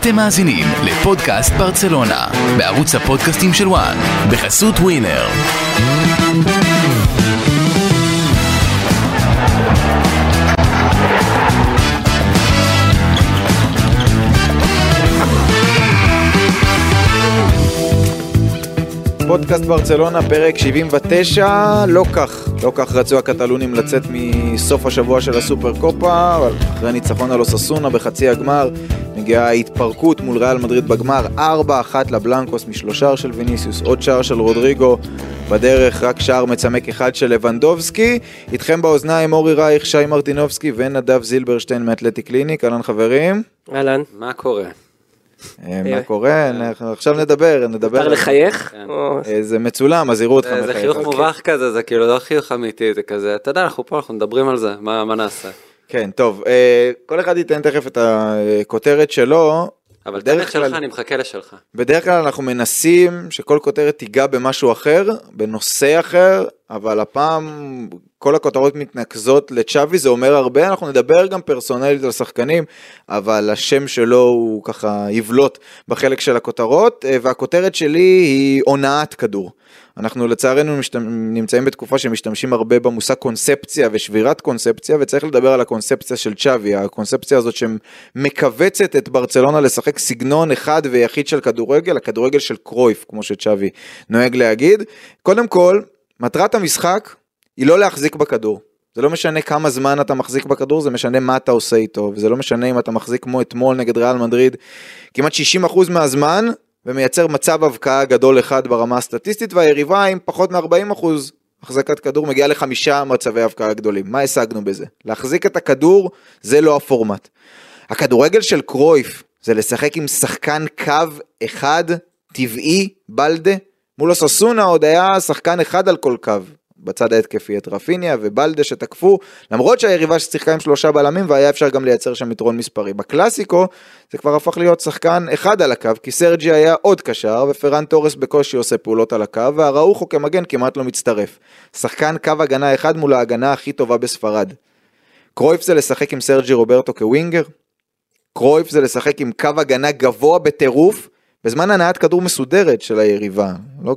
אתם מאזינים לפודקאסט ברצלונה, בערוץ הפודקאסטים של וואן, בחסות ווינר. פודקאסט ברצלונה, פרק 79, לא כך רצו הקטלונים לצאת מסוף השבוע של הסופר קופה, אבל אחרי ניצחון על אוססונה בחצי הגמר, מגיעה ההתפרקות מול ריאל מדריד בגמר, 4-1 לבלנקוס משלושה של ויניסיוס, עוד שער של רודריגו, בדרך רק שער מצמק אחד של לבנדובסקי. איתכם באוזניים אורי רייך, שי מרטינובסקי ונדב זילברשטיין מאתלטיק קליניק. אהלן חברים. אהלן. מה קורה? מה קורה? עכשיו נדבר. אפשר לחייך? זה מצולם, אז יראו אותך מחייך. זה חיוך מובך כזה, זה כאילו לא חיוך אמיתי, זה כזה, אתה יודע, אנחנו פה, אנחנו מדברים על זה, מה נעשה? כן, טוב, כל אחד ייתן תכף את הכותרת שלו. אבל דרך שלך, אני מחכה לשלך. בדרך כלל אנחנו מנסים שכל כותרת תיגע במשהו אחר, בנושא אחר, אבל הפעם כל הכותרות מתנקזות לצ'אבי, זה אומר הרבה, אנחנו נדבר גם פרסונלית על שחקנים, אבל השם שלו הוא ככה יבלוט בחלק של הכותרות, והכותרת שלי היא הונאת כדור. אנחנו לצערנו נמצאים בתקופה שמשתמשים הרבה במושג קונספציה ושבירת קונספציה, וצריך לדבר על הקונספציה של צ'אבי, הקונספציה הזאת שמקבצת את ברצלונה לשחק סגנון אחד ויחיד של כדורגל, הכדורגל של קרויף, כמו שצ'אבי נוהג להגיד. קודם כל, מטרת המשחק היא לא להחזיק בכדור. זה לא משנה כמה זמן אתה מחזיק בכדור, זה משנה מה אתה עושה איתו, וזה לא משנה אם אתה מחזיק כמו אתמול נגד ריאל מדריד, כמעט 60% מהזמן, ומייצר מצב הבקעה גדול אחד ברמה הסטטיסטית, והיריבה עם פחות מ-40% החזקת כדור מגיעה ל5 מצבי הבקעה גדולים. מה השגנו בזה? להחזיק את הכדור זה לא הפורמט. הכדורגל של קרויף זה לשחק עם שחקן קו אחד, טבעי, בלדה, מול אוססונה עוד היה שחקן אחד על כל קו, בצד ההתקפי את רפיניה ובלדה שתקפו, למרות שהיריבה ששיחקה עם 3 בלמים, והיה אפשר גם לייצר שם יתרון מספרי. בקלאסיקו זה כבר הפך להיות שחקן אחד על הקו, כי סרג'י היה עוד קשר, ופרן טורס בקושי עושה פעולות על הקו, והראוחו כמגן כמעט לא מצטרף. שחקן קו הגנה אחד מול ההגנה הכי טובה בספרד. קרויף זה לשחק עם סרג'י רוברטו כווינגר, קרויף זה לשחק עם קו הגנה גבוה בטירוף, בזמן הנעת כדור מסודרת של היריבה, לא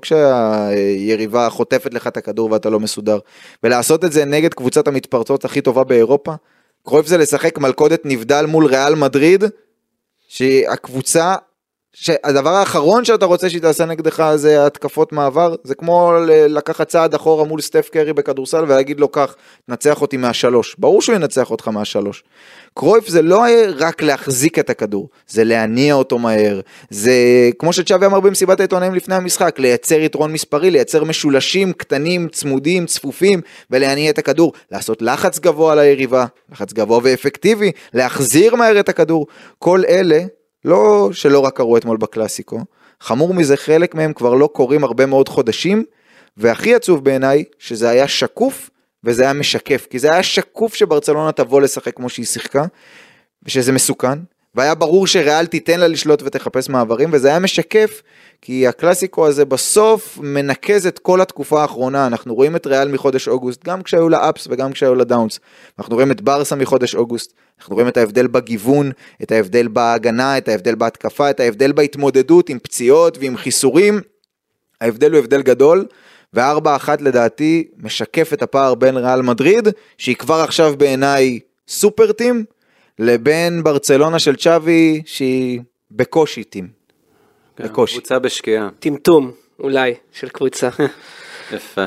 כשהיריבה חוטפת לך את הכדור ואתה לא מסודר, ולעשות את זה נגד קבוצת המתפרצות הכי טובה באירופה. קרויף זה לשחק מלכודת נבדל מול ריאל מדריד, שהיא הקבוצה, שהדבר האחרון שאתה רוצה שהיא תעשה נגדך זה התקפות מעבר, זה כמו לקחת צעד אחורה מול סטף קרי בכדורסל ולהגיד לו כך, נצח אותי מה3, ברור שהוא ינצח אותך מה3. קרויף זה לא רק להחזיק את הכדור, זה להניע אותו מהר, זה כמו שצ'אבי אמר במסיבת העיתונאים לפני המשחק, לייצר יתרון מספרי, לייצר משולשים קטנים, צמודים, צפופים, ולהניע את הכדור, לעשות לחץ גבוה על היריבה, לחץ גבוה ואפקטיבי, להחזיר מהר את הכדור, כל אלה, לא שלא רק קראו אתמול בקלאסיקו, חמור מזה חלק מהם כבר לא קוראים הרבה מאוד חודשים, והכי עצוב בעיניי שזה היה שקוף, וזה היה משקף, כי זה היה שקוף שברצלונה תבוא לשחק כמו שהיא שיחקה, ושזה מסוכן, והיה ברור שריאל תיתן לה לשלוט ותחפש מעברים, וזה היה משקף, כי הקלאסיקו הזה בסוף מנקז את כל התקופה האחרונה, אנחנו רואים את ריאל מחודש אוגוסט, גם כשהיו לה אפס וגם כשהיו לה דאונס, אנחנו רואים את ברסה מחודש אוגוסט, אנחנו רואים את ההבדל בגיוון, את ההבדל בהגנה, את ההבדל בהתקפה, את ההבדל בהתמודדות עם פציעות ועם חיסורים, ההבדל הוא הבדל גדול, ו4-1 לדעתי משקף את הפער בין ריאל מדריד, שהיא כבר עכשיו בעיניי סופר טים, לבין ברצלונה של צ'אבי, שהיא בקושי טים. בקושי. קבוצה בשקיעה. טמטום, אולי, של קבוצה. יפה.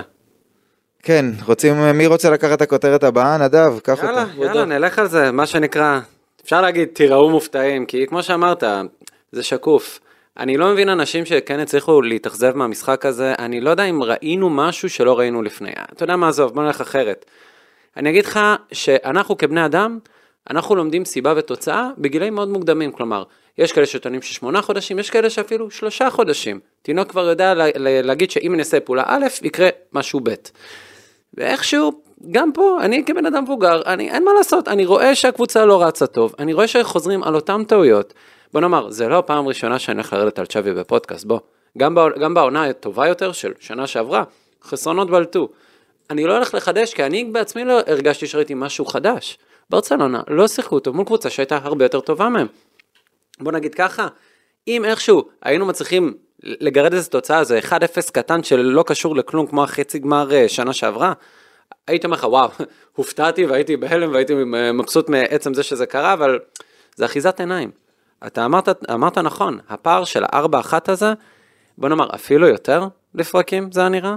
כן, מי רוצה לקחת את הכותרת הבאה? נדב, קח אותה. יאללה, נלך על זה, מה שנקרא, אפשר להגיד, תיראו מופתעים, כי כמו שאמרת, זה שקוף. אני לא מבין אנשים שכן הצליחו להתאכזב מהמשחק הזה, אני לא יודע אם ראינו משהו שלא ראינו לפני. אתה יודע מה עזוב, בוא נלך אחרת. אני אגיד לך שאנחנו כבני אדם, אנחנו לומדים סיבה ותוצאה בגילאים מאוד מוקדמים, כלומר, יש כאלה שטוענים ש8 חודשים, יש כאלה שאפילו 3 חודשים. תינוק כבר יודע להגיד שאם נעשה פעולה א', יקרה משהו ב'. ואיכשהו, גם פה, אני כבן אדם מבוגר, אין מה לעשות, אני רואה שהקבוצה לא רצה טוב, אני רואה שחוזרים על אותם טעויות. בוא נאמר, זה לא הפעם ראשונה שאני הולך לרדת על צ'אבי בפודקאסט, בוא. גם בעונה הטובה יותר של שנה שעברה, חסרונות בלטו. אני לא הולך לחדש, כי אני בעצמי לא הרגשתי שראיתי משהו חדש. ברצלונה לא שיחקו טוב מול קבוצה שהייתה הרבה יותר טובה מהם. בוא נגיד ככה, אם איכשהו היינו מצליחים לגרד איזו תוצאה, זה 1-0 קטן שלא קשור לכלום, כמו החצי גמר שנה שעברה, הייתי אומר לך, וואו, הופתעתי והייתי בהלם והייתי מבסוט מעצם זה שזה קרה, אבל זה אחיזת עיניים. אתה אמרת נכון, הפער של 4-1 הזה, בוא נאמר, אפילו יותר לפרקים, זה נראה,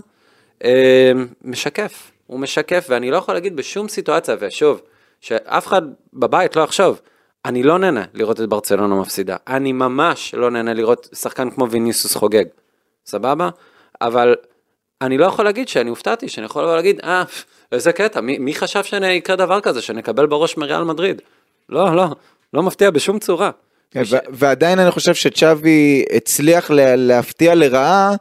משקף, הוא משקף, ואני לא יכול להגיד בשום סיטואציה, ושוב, שאף אחד בבית לא יחשוב, אני לא נהנה לראות את ברצלונה מפסידה, אני ממש לא נהנה לראות שחקן כמו ויניסיוס חוגג, סבבה? אבל אני לא יכול להגיד שאני הופתעתי, שאני יכול להגיד, איזה קטע, מי חשב שיקרה דבר כזה, שנקבל בראש מריאל מדריד? לא מפתיע בשום צורה. ועדיין אני חושב שצ'אבי הצליח להפתיע לרעה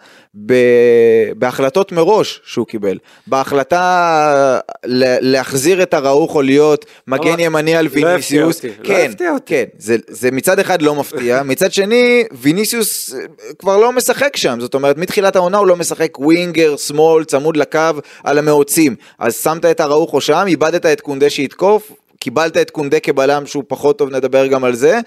בהחלטות מראש שהוא קיבל. בהחלטה להחזיר את הראוחו להיות מגן ימני על ויניסיוס. כן, זה מצד אחד לא מפתיע, מצד שני ויניסיוס כבר לא משחק שם, זאת אומרת מתחילת העונה הוא לא משחק ווינגר, שמאל, צמוד לקו על המעוצים, אז שמת את הראוחו שם, איבדת את קונדה שיתקוף, קיבלת את קונדה כבלם שהוא פחות טוב, נדבר גם על זה,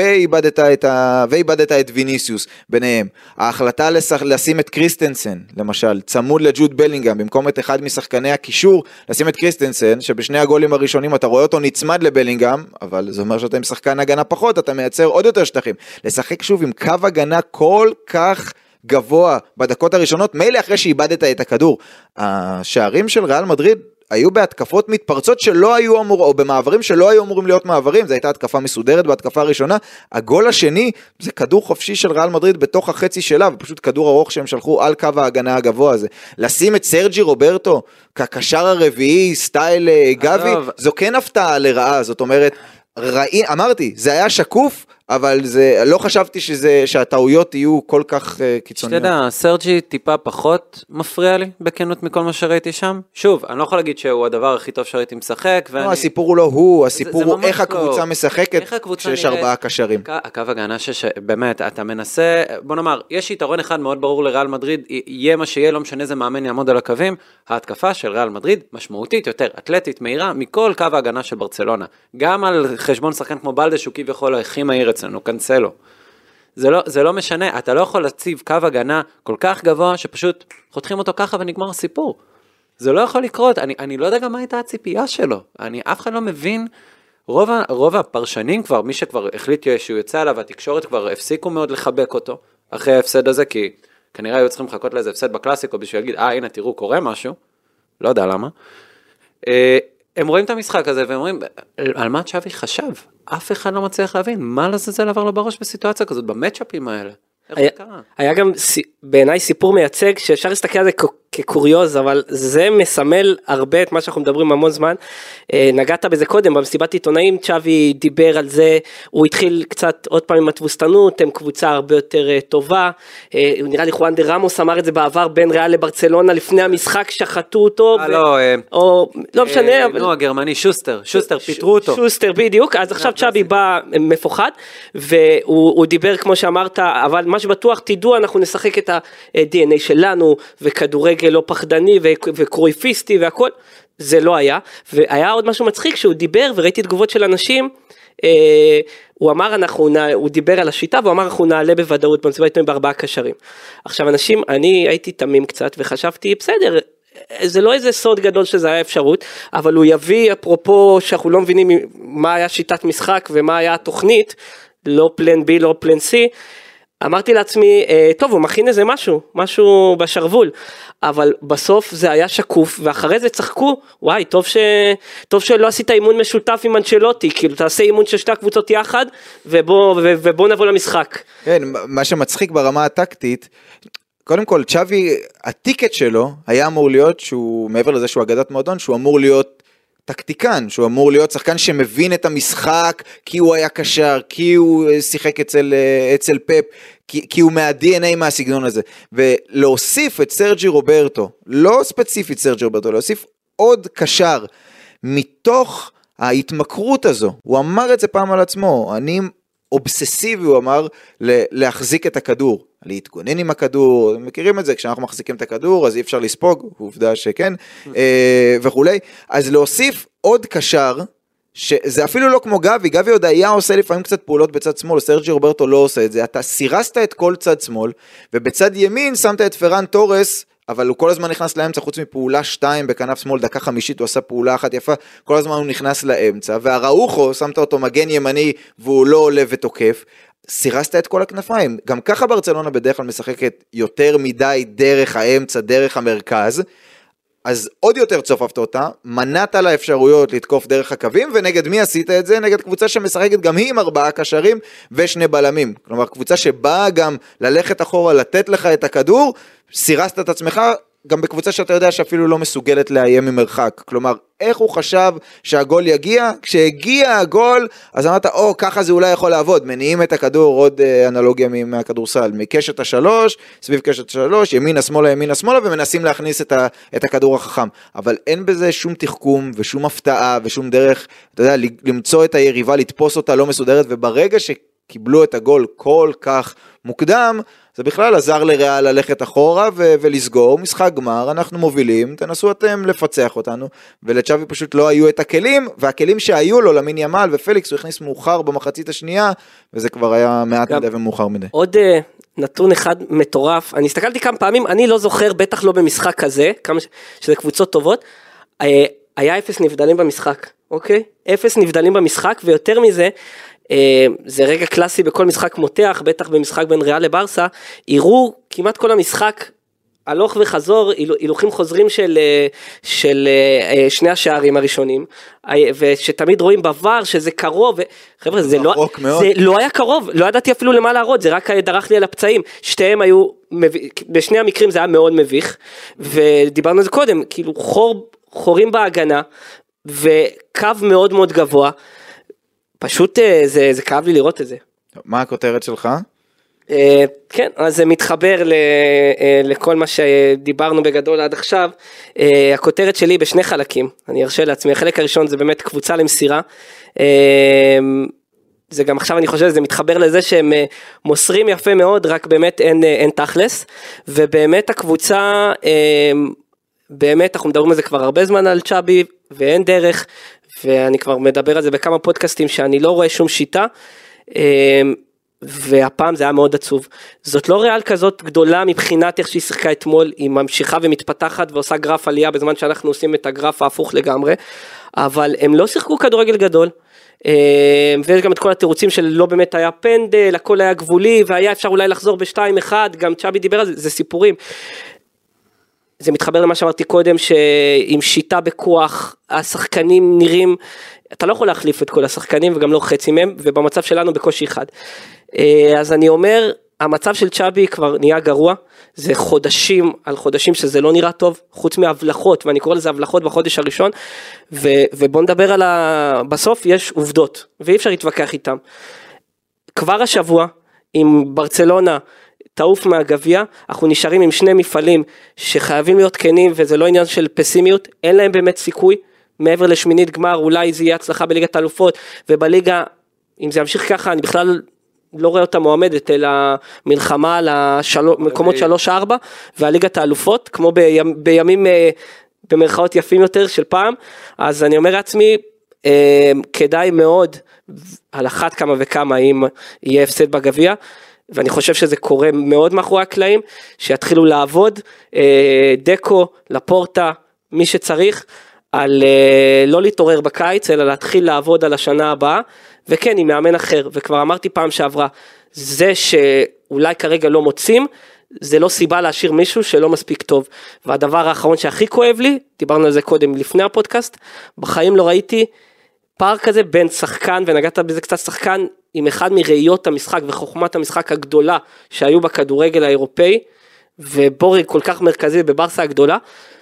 ואיבדת את ויניסיוס ביניהם. ההחלטה לשים את קריסטנסן, למשל, צמוד לג'וד בלינגהם, במקום את אחד משחקני הקישור, לשים את קריסטנסן, שבשני הגולים הראשונים אתה רואה אותו נצמד לבלינגהם, אבל זה אומר שאתה עם שחקן הגנה פחות, אתה מייצר עוד יותר שטחים. לשחק שוב עם קו הגנה כל כך גבוה בדקות הראשונות, מילא אחרי שאיבדת את הכדור. השערים של ריאל מדריד, היו בהתקפות מתפרצות שלא היו או במעברים שלא היו אמורים להיות מעברים, זו הייתה התקפה מסודרת בהתקפה הראשונה, הגול השני זה כדור חופשי של ריאל מדריד בתוך החצי שלה, ופשוט כדור ארוך שהם שלחו על קו ההגנה הגבוה הזה, לשים את סרג'י רוברטו כקשר הרביעי, סטייל גבי, זו כן הפתעה לרעה, זאת אומרת, אמרתי, זה היה שקוף, אבל לא חשבתי שהטעויות יהיו כל כך קיצוניות. שתדע, סרג'י טיפה פחות מפריע לי, בכנות מכל מה שראיתי שם. שוב, אני לא יכול להגיד שהוא הדבר הכי טוב שראיתי משחק. לא, הסיפור הוא לא הוא, הסיפור הוא איך הקבוצה משחקת, שיש 4 קשרים. הקו הגנה שבאמת, אתה מנסה, בוא נאמר, יש יתרון אחד מאוד ברור לריאל מדריד, יהיה מה שיהיה, לא משנה איזה מאמן יעמוד על הקווים, ההתקפה של ריאל מדריד משמעותית יותר, אתלטית, מהירה, מכל קו ההגנה של ברצלונה. גם על חשבון שחקן כמו בלדה, שהוא כביכול הכי מהיר אצלנו, קנסלו. זה לא משנה, אתה לא יכול להציב קו הגנה כל כך גבוה, שפשוט חותכים אותו ככה ונגמר הסיפור. זה לא יכול לקרות, אני לא יודע גם מה הייתה הציפייה שלו, אף אחד לא מבין, רוב הפרשנים כבר, מי שכבר החליט שהוא יוצא עליו, התקשורת כבר הפסיקו מאוד לחבק אותו, אחרי ההפסד הזה, כי כנראה היו צריכים לחכות לאיזה הפסד בקלאסיקו, בשביל להגיד, הנה תראו, קורה משהו, לא יודע למה, הם רואים את המשחק הזה, והם אומרים, על מה צ'אבי חשב? אף אחד לא מצליח להבין, מה לזלזל עבר לו בראש בסיטואציה כזאת, במצ'אפים האלה? איך זה קרה? היה גם בעיניי סיפור מייצג, שאפשר להסתכל על זה כקוריוז, אבל זה מסמל הרבה את מה שאנחנו מדברים המון זמן. נגעת בזה קודם, במסיבת עיתונאים, צ'אבי דיבר על זה, הוא התחיל קצת עוד פעם עם התבוסתנות, הם קבוצה הרבה יותר טובה, נראה לי חואן דה רמוס אמר את זה בעבר, בין ריאל לברצלונה, לפני המשחק שחטו אותו, לא משנה. נו, הגרמני, שוסטר, פיתרו אותו. שוסטר, בדיוק, אז עכשיו צ'אבי בא מפוחד, והוא דיבר כמו שאמרת, אבל מה שבטוח, תדעו, אנחנו נשחק את ה-DNA שלנו, וכדורגל לא פחדני וקרויפיסטי והכל, זה לא היה, והיה עוד משהו מצחיק שהוא דיבר וראיתי תגובות של אנשים, הוא דיבר על השיטה והוא אמר אנחנו נעלה בוודאות במסיבת עיתונאים ב4 קשרים. עכשיו אנשים, אני הייתי תמים קצת וחשבתי בסדר, זה לא איזה סוד גדול שזה היה אפשרות, אבל הוא יביא אפרופו שאנחנו לא מבינים מה היה שיטת משחק ומה היה התוכנית, לא פלן בי, לא פלן סי, אמרתי לעצמי, טוב, הוא מכין איזה משהו בשרוול, אבל בסוף זה היה שקוף, ואחרי זה צחקו, וואי, טוב שלא עשית אימון משותף עם אנצ'לוטי, כאילו תעשה אימון של 2 קבוצות יחד, ובוא נבוא למשחק. כן, מה שמצחיק ברמה הטקטית, קודם כל, צ'אבי, הטיקט שלו היה אמור להיות, שהוא מעבר לזה שהוא אגדת מועדון, שהוא אמור להיות טקטיקן, שהוא אמור להיות שחקן שמבין את המשחק, כי הוא היה קשר, כי הוא שיחק אצל פפ, כי הוא מה-DNA מהסגנון הזה, ולהוסיף את סרג'י רוברטו, לא ספציפית סרג'י רוברטו, להוסיף עוד קשר, מתוך ההתמכרות הזו, הוא אמר את זה פעם על עצמו, אני אובססיבי, הוא אמר, להחזיק את הכדור, להתגונן עם הכדור, מכירים את זה, כשאנחנו מחזיקים את הכדור, אז אי אפשר לספוג, עובדה שכן, וכולי, אז להוסיף עוד קשר, שזה אפילו לא כמו גבי, גבי עוד היה עושה לפעמים קצת פעולות בצד שמאל, סרג'י רוברטו לא עושה את זה, אתה סירסת את כל צד שמאל, ובצד ימין שמת את פרן טורס, אבל הוא כל הזמן נכנס לאמצע, חוץ מפעולה 2 בכנף שמאל, דקה 5, הוא עשה פעולה 1 יפה, כל הזמן הוא נכנס לאמצע, והראוחו, שמת אותו מגן ימני, והוא לא עולה ותוקף, סירסת את כל הכנפיים, גם ככה ברצלונה בדרך כלל משחקת יותר מדי דרך האמצע, דרך המרכז, אז עוד יותר צופפת אותה, מנעת לה אפשרויות לתקוף דרך הקווים, ונגד מי עשית את זה? נגד קבוצה שמשחקת גם היא עם 4 קשרים ו2 בלמים, כלומר קבוצה שבאה גם ללכת אחורה, לתת לך את הכדור, סירסת את עצמך, גם בקבוצה שאתה יודע שאפילו לא מסוגלת לאיים ממרחק, כלומר, איך הוא חשב שהגול יגיע? כשהגיע הגול, אז אמרת, ככה זה אולי יכול לעבוד, מניעים את הכדור, עוד אנלוגיה מהכדורסל, מקשת השלוש, סביב קשת השלוש, ימינה שמאלה, ומנסים להכניס את הכדור החכם, אבל אין בזה שום תחכום, ושום הפתעה, ושום דרך, אתה יודע, למצוא את היריבה, לתפוס אותה לא מסודרת, וברגע שקיבלו את הגול כל כך מוקדם, זה בכלל עזר לריאל ללכת אחורה ולסגור, משחק גמר, אנחנו מובילים, תנסו אתם לפצח אותנו, ולצ'אבי פשוט לא היו את הכלים, והכלים שהיו לו, למין ימל ופליקס, הוא הכניס מאוחר במחצית השנייה, וזה כבר היה מעט מדי ומאוחר מדי. עוד נתון אחד מטורף, אני הסתכלתי כמה פעמים, אני לא זוכר, בטח לא במשחק כזה, שזה קבוצות טובות, היה 0 נבדלים במשחק, אוקיי? 0 נבדלים במשחק, ויותר מזה, זה רגע קלאסי בכל משחק מותח, בטח במשחק בין ריאל לברסה, יראו כמעט כל המשחק הלוך וחזור, הילוכים חוזרים של שני השערים הראשונים, ושתמיד רואים בעבר שזה קרוב, חבר'ה, זה לא היה קרוב, לא ידעתי אפילו למה להראות, זה רק דרך לי על הפצעים, שתיהם היו, בשני המקרים זה היה מאוד מביך, ודיברנו על זה קודם, כאילו חורים בהגנה, וקו מאוד מאוד גבוה, פשוט זה כאב לי לראות את זה. מה הכותרת שלך? כן, אז זה מתחבר לכל מה שדיברנו בגדול עד עכשיו. הכותרת שלי בשני חלקים, אני ארשה לעצמי. החלק הראשון זה באמת קבוצה למסירה. זה גם עכשיו אני חושב שזה מתחבר לזה שהם מוסרים יפה מאוד, רק באמת אין תכלס. ובאמת הקבוצה, באמת אנחנו מדברים על זה כבר הרבה זמן על צ'אבי, ואין דרך, ואני כבר מדבר על זה בכמה פודקאסטים שאני לא רואה שום שיטה, והפעם זה היה מאוד עצוב. זאת לא ריאל כזאת גדולה מבחינת איך שהיא שיחקה אתמול, היא ממשיכה ומתפתחת ועושה גרף עלייה בזמן שאנחנו עושים את הגרף ההפוך לגמרי, אבל הם לא שיחקו כדורגל גדול, ויש גם את כל התירוצים של לא באמת היה פנדל, הכל היה גבולי, והיה אפשר אולי לחזור ב2-1, גם צ'אבי דיבר על זה, זה סיפורים. זה מתחבר למה שאמרתי קודם, שעם שיטה בכוח, השחקנים נראים, אתה לא יכול להחליף את כל השחקנים, וגם לא חצי מהם, ובמצב שלנו בקושי אחד. אז אני אומר, המצב של צ'אבי כבר נהיה גרוע, זה חודשים על חודשים שזה לא נראה טוב, חוץ מהבלחות, ואני קורא לזה הבלחות בחודש הראשון, ובוא נדבר על בסוף יש עובדות, ואי אפשר להתווכח איתם. כבר השבוע, עם ברצלונה, תעוף מהגביע, אנחנו נשארים עם שני מפעלים שחייבים להיות כנים, וזה לא עניין של פסימיות, אין להם באמת סיכוי, מעבר לשמינית גמר, אולי זה יהיה הצלחה בליגת האלופות, ובליגה, אם זה ימשיך ככה, אני בכלל לא רואה אותה מועמדת, אלא מלחמה על מקומות 3-4, והליגת האלופות, כמו בימים במרכאות יפים יותר של פעם, אז אני אומר לעצמי, כדאי מאוד, על אחת כמה וכמה, אם יהיה הפסד בגביע, ואני חושב שזה קורה מאוד מאחורי הקלעים, שיתחילו לעבוד, דקו, לפורטה, מי שצריך, על לא להתעורר בקיץ, אלא להתחיל לעבוד על השנה הבאה, וכן, עם מאמן אחר, וכבר אמרתי פעם שעברה, זה שאולי כרגע לא מוצאים, זה לא סיבה להשאיר מישהו שלא מספיק טוב, והדבר האחרון שהכי כואב לי, דיברנו על זה קודם לפני הפודקאסט, בחיים לא ראיתי פער כזה בין שחקן, ונגעת בזה קצת שחקן, עם אחד מראיות המשחק וחוכמת המשחק הגדולה שהיו בכדורגל האירופאי, ובורג כל כך מרכזי בברסה הגדולה,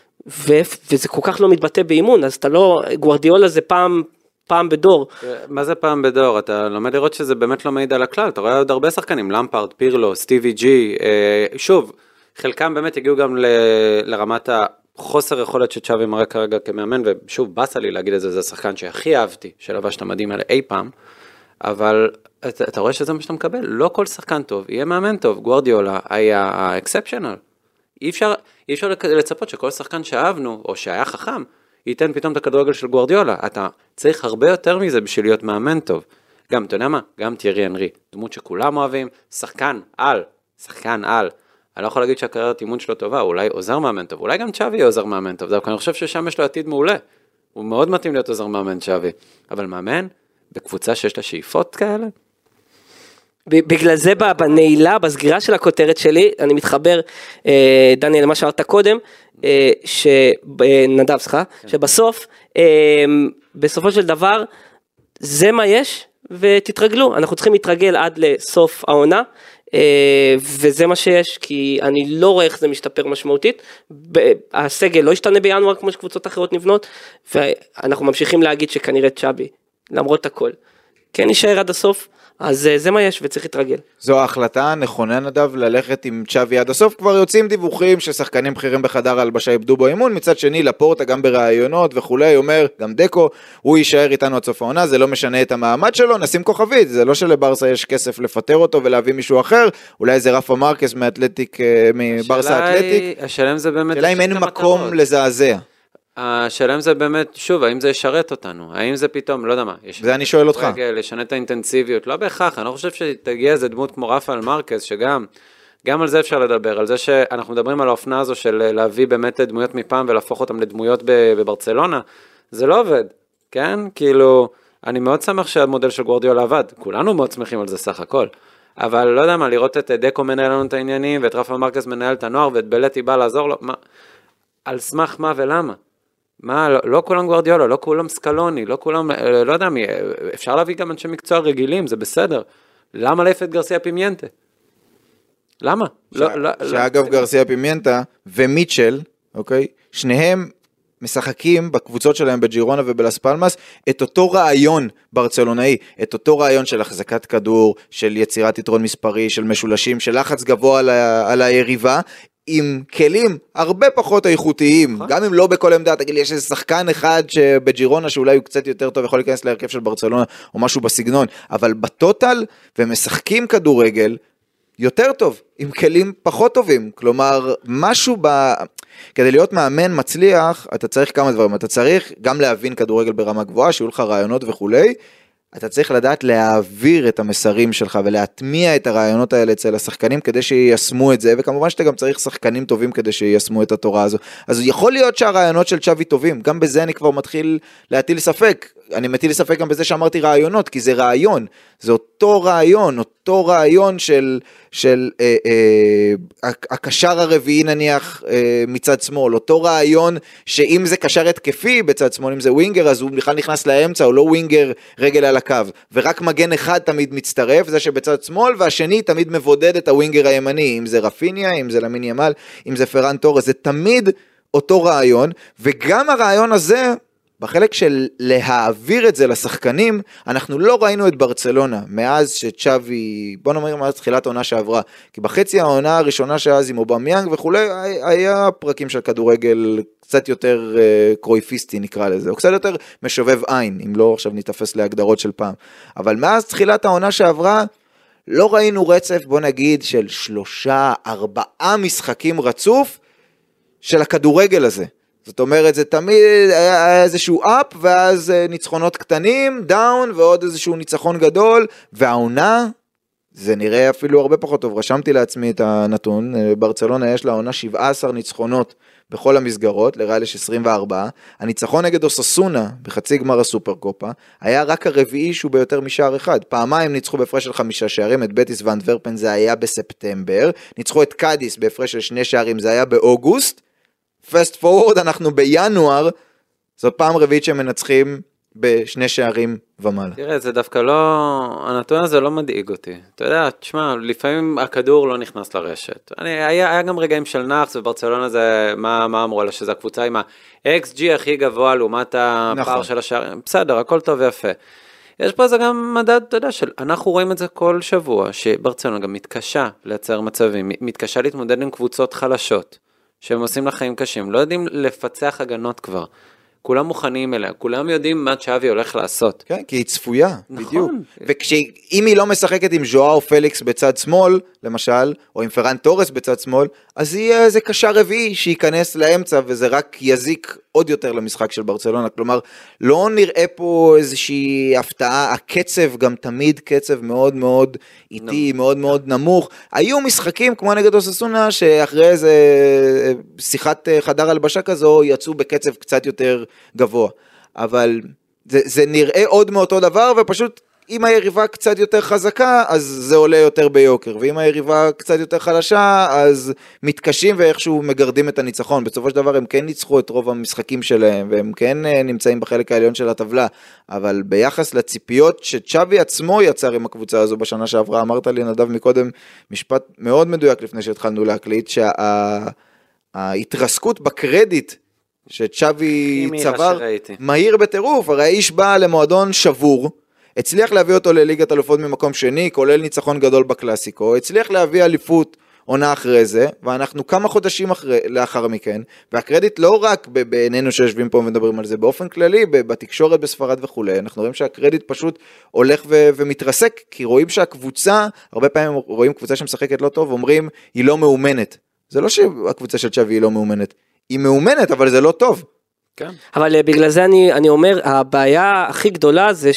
וזה כל כך לא מתבטא באימון, אז אתה לא, גוארדיולה זה פעם בדור. מה זה פעם בדור? אתה לומד לראות שזה באמת לא מעיד על הכלל, אתה רואה עוד הרבה שחקנים, למפארד, פירלו, סטיבי ג'י, שוב, חלקם באמת הגיעו גם לרמת החוסר יכולת שצ'אבי מראה כרגע כמאמן, ושוב, בסה לי להגיד את זה, זה השחקן שהכי אהבתי, שלבש את המדים האלה אי פעם, אבל אתה רואה שזה מה שאתה מקבל, לא כל שחקן טוב, יהיה מאמן טוב, גוארדיולה היה האקספשנל, אי אפשר לצפות שכל שחקן שאהבנו, או שהיה חכם, ייתן פתאום את הכדורגל של גוארדיולה. אתה צריך הרבה יותר מזה בשביל להיות מאמן טוב. גם, אתה יודע מה? גם תיארי אנרי, דמות שכולם אוהבים, שחקן על. אני לא יכול להגיד שהקריירת אימון שלו טובה, אולי עוזר מאמן טוב, אולי גם צ'אבי עוזר מאמן טוב, דווקא אני חושב ששם יש לו עתיד מעולה. הוא מאוד מתאים להיות עוזר מאמן צ'אבי. אבל מאמן, בקבוצה שיש לה שאיפות כאלה, בגלל זה בנעילה, בסגירה של הכותרת שלי, אני מתחבר, דניאל, למה שאמרת קודם, נדב, שבסוף, בסופו של דבר, זה מה יש, ותתרגלו, אנחנו צריכים להתרגל עד לסוף העונה, וזה מה שיש, כי אני לא רואה איך זה משתפר משמעותית, הסגל לא ישתנה בינואר כמו שקבוצות אחרות נבנות, ואנחנו ממשיכים להגיד שכנראה צ'אבי, למרות הכל, כן נשאר עד הסוף, אז זה מה יש וצריך להתרגל. זו ההחלטה הנכונה נדב ללכת עם צ'אבי עד הסוף, כבר יוצאים דיווחים ששחקנים בכירים בחדר הלבשה איבדו בו אימון, מצד שני לפורטה גם ברעיונות וכולי, אומר גם דקו, הוא יישאר איתנו עד סוף העונה, זה לא משנה את המעמד שלו, נשים כוכבית, זה לא שלברסה יש כסף לפטר אותו ולהביא מישהו אחר, אולי זה רפה מרקס מאתלטיק, מברסה אתלטיק, השאלה אם זה באמת, השאלה אם אין מקום לזעזע. השאלה אם זה באמת, שוב, האם זה ישרת אותנו? האם זה פתאום, לא יודע מה, זה אני שואל אותך. לשנות את האינטנסיביות, לא בהכרח, אני לא חושב שתגיע איזה דמות כמו רפאל מרקס, שגם על זה אפשר לדבר, על זה שאנחנו מדברים על האופנה הזו של להביא באמת דמויות מפעם ולהפוך אותם לדמויות בברצלונה, זה לא עובד, כן? כאילו, אני מאוד שמח שהמודל של גוארדיולה עבד, כולנו מאוד שמחים על זה סך הכל, אבל לא יודע מה, לראות את דקו מנהל לנו את העניינים, ואת רפאל מרקס מנהל את הנוער, ואת בלטי בא לעזור לו, על סמך מה ולמה? מה, לא כולם גוארדיולה, לא כולם סקלוני, לא כולם, לא יודע מי, אפשר להביא גם אנשי מקצוע רגילים, זה בסדר. למה להעיף את גרסיה פימיינטה? למה? שאגב גרסיה פימיינטה ומיטשל, אוקיי, שניהם משחקים בקבוצות שלהם בג'ירונה ובלס פלמאס, את אותו רעיון ברצלונאי, את אותו רעיון של החזקת כדור, של יצירת יתרון מספרי, של משולשים, של לחץ גבוה על היריבה, עם כלים הרבה פחות איכותיים, גם אם לא בכל עמדה, תגיד לי, יש איזה שחקן אחד שבג'ירונה שאולי הוא קצת יותר טוב, יכול להיכנס להרכב של ברצלונה או משהו בסגנון, אבל בטוטל, ומשחקים כדורגל יותר טוב, עם כלים פחות טובים, כלומר, משהו כדי להיות מאמן מצליח, אתה צריך כמה דברים, אתה צריך גם להבין כדורגל ברמה גבוהה, שיהיו לך רעיונות וכולי, אתה צריך לדעת להעביר את המסרים שלך ולהטמיע את הרעיונות האלה אצל השחקנים כדי שיישמו את זה, וכמובן שאתה גם צריך שחקנים טובים כדי שיישמו את התורה הזו. אז יכול להיות שהרעיונות של צ'אבי טובים, גם בזה אני כבר מתחיל להטיל ספק, אני מטיל ספק גם בזה שאמרתי רעיונות, כי זה רעיון, זה אותו רעיון של הקשר הרביעי נניח מצד שמאל, אותו רעיון שאם זה קשר התקפי בצד שמאל, אם זה ווינגר, אז הוא בכלל נכנס לאמצע, או לא ווינגר רגל על הקו, ורק מגן אחד תמיד מצטרף, זה שבצד שמאל, והשני תמיד מבודד את הווינגר הימני, אם זה רפיניה, אם זה למין ימל, אם זה פרן טורס, זה תמיד אותו רעיון, וגם הרעיון הזה, בחלק של להעביר את זה לשחקנים, אנחנו לא ראינו את ברצלונה, מאז שצ'אבי, בוא נאמר מאז תחילת העונה שעברה, כי בחצי העונה הראשונה שאז עם אובמיאנג וכולי, היה פרקים של כדורגל קצת יותר קרויפיסטי נקרא לזה, או קצת יותר משובב עין, אם לא עכשיו נתפס להגדרות של פעם, אבל מאז תחילת העונה שעברה, לא ראינו רצף, בוא נגיד, של 3-4 משחקים רצוף, של הכדורגל הזה. זאת אומרת, זה תמיד היה איזשהו אפ, ואז ניצחונות קטנים, דאון, ועוד איזשהו ניצחון גדול, והעונה, זה נראה אפילו הרבה פחות טוב. רשמתי לעצמי את הנתון, ברצלונה יש לה עונה 17 ניצחונות בכל המסגרות, לריאל יש 24, הניצחון נגד אוססונה, בחצי גמר הסופר קופה, היה רק הרביעי שהוא ביותר משער אחד, פעמיים ניצחו בהפרש של 5 שערים, את בטיס ואנטוורפן זה היה בספטמבר, ניצחו את קאדיס בהפרש של 2 שערים, זה היה באוגוסט, פסט פורוורד, אנחנו בינואר, זאת פעם רביעית שמנצחים בשני שערים ומעלה. תראה, זה דווקא לא, הנתון הזה לא מדאיג אותי. אתה יודע, תשמע, לפעמים הכדור לא נכנס לרשת. היה גם רגעים של נחס, וברצלונה זה, מה אמרו לה, שזה הקבוצה עם ה-XG הכי גבוה, לעומת הפער של השערים. בסדר, הכל טוב ויפה. יש פה זה גם מדד, אתה יודע, אנחנו רואים את זה כל שבוע, שברצלונה גם מתקשה לייצר מצבים, מתקשה להתמודד עם קבוצות חלשות. שהם עושים לחיים קשים, לא יודעים לפצח הגנות כבר, כולם מוכנים אליה, כולם יודעים מה צ'אבי הולך לעשות. כן, כי היא צפויה, נכון. בדיוק. ואם היא לא משחקת עם ז'ואאו פליקס בצד שמאל, למשל, או עם פרן טורס בצד שמאל, אז יהיה איזה קשר רביעי שייכנס לאמצע, וזה רק יזיק עוד יותר למשחק של ברצלונה, כלומר, לא נראה פה איזושהי הפתעה, הקצב גם תמיד קצב מאוד מאוד איטי, מאוד מאוד נמוך, היו משחקים כמו נגד אוססונה, שאחרי איזה שיחת חדר הלבשה כזו, יצאו בקצב קצת יותר גבוה, אבל זה נראה עוד מאותו דבר, ופשוט אם היריבה קצת יותר חזקה, אז זה עולה יותר ביוקר, ואם היריבה קצת יותר חלשה, אז מתקשים ואיכשהו מגרדים את הניצחון. בסופו של דבר הם כן ניצחו את רוב המשחקים שלהם, והם כן נמצאים בחלק העליון של הטבלה, אבל ביחס לציפיות שצ'אבי עצמו יצר עם הקבוצה הזו בשנה שעברה, אמרת לי נדב מקודם משפט מאוד מדויק לפני שהתחלנו להקליט, שההתרסקות בקרדיט שצ'אבי צבר מהיר בטירוף, הרי האיש בא למועדון שבור, הצליח להביא אותו לליגת אלופות ממקום שני, כולל ניצחון גדול בקלאסיקו, הצליח להביא אליפות עונה אחרי זה, ואנחנו כמה חודשים לאחר מכן, והקרדיט לא רק בעינינו שיושבים פה ומדברים על זה, באופן כללי, בתקשורת בספרד וכו', אנחנו רואים שהקרדיט פשוט הולך ומתרסק, כי רואים שהקבוצה, הרבה פעמים רואים קבוצה שמשחקת לא טוב, אומרים, היא לא מאומנת. זה לא שהקבוצה של צ'אבי היא לא מאומנת, היא מאומנת, אבל זה לא טוב. כן. אבל בגלל זה אני אומר, הבעיה הכי גדולה זה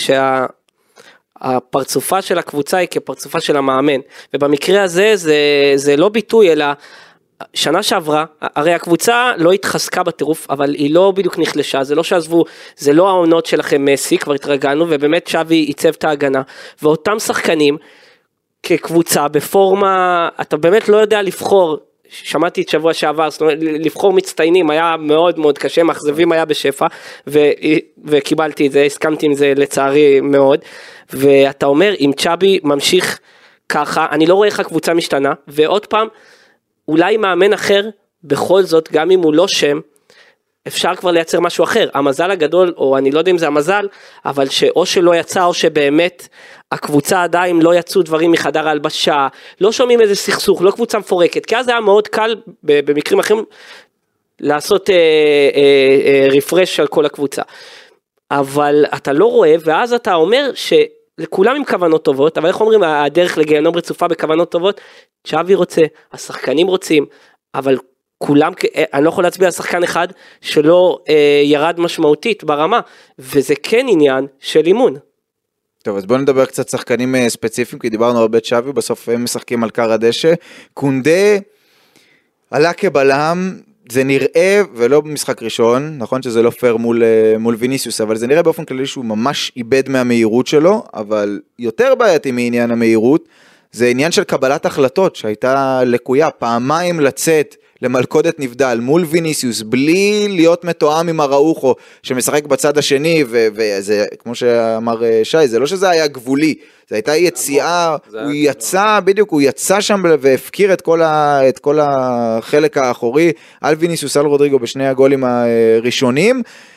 הפרצופה של הקבוצה היא כפרצופה של המאמן, ובמקרה הזה זה לא ביטוי, אלא שנה שעברה, הרי הקבוצה לא התחזקה בטירוף, אבל היא לא בדיוק נחלשה, זה לא שעזבו, זה לא העונות שלכם מסי, כבר התרגלנו, ובאמת שווי ייצב את ההגנה, ואותם שחקנים, כקבוצה, בפורמה, אתה באמת לא יודע לבחור, שמעתי את שבוע שעבר, לבחור מצטיינים היה מאוד מאוד קשה, מחזבים היה בשפע, וקיבלתי את זה, הסכמתי עם זה לצערי מאוד, ואתה אומר, אם צ'אבי ממשיך ככה, אני לא רואה איך הקבוצה משתנה, ועוד פעם, אולי מאמן אחר, בכל זאת, גם אם הוא לא שם, אפשר כבר לייצר משהו אחר, המזל הגדול, או אני לא יודע אם זה המזל, אבל שאו שלא יצא, או שבאמת הקבוצה עדיין לא יצאו דברים מחדר ההלבשה, לא שומעים איזה סכסוך, לא קבוצה מפורקת, כי אז היה מאוד קל, במקרים אחרים, לעשות רפרש על כל הקבוצה. אבל אתה לא רואה, ואז אתה אומר שלכולם עם כוונות טובות, אבל איך אומרים, הדרך לגיהנום רצופה בכוונות טובות, צ'אבי רוצה, השחקנים רוצים, אבל כולם, אני לא יכול להצביע על שחקן אחד שלא ירד משמעותית ברמה, וזה כן עניין של אימון. טוב, אז בואו נדבר קצת שחקנים ספציפיים, כי דיברנו הרבה צ'אבי, בסוף הם משחקים על קר הדשא. קונדה עלה כבלם, זה נראה, ולא במשחק ראשון, נכון שזה לא פייר מול ויניסיוס, אבל זה נראה באופן כללי שהוא ממש איבד מהמהירות שלו, אבל יותר בעייתי מעניין המהירות, זה עניין של קבלת החלטות, שהייתה לקויה, פעמיים לצאת, למלכודת נבדל מול ויניסיוס, בלי להיות מתואם עם הראוחו, שמשחק בצד השני, וזה, כמו שאמר שי, זה לא שזה היה גבולי, זה הייתה יציאה, הוא יצא, בדיוק, הוא יצא שם, והפקיר את כל החלק האחורי, על ויניסיוס, על רודריגו, בשני הגולים הראשונים,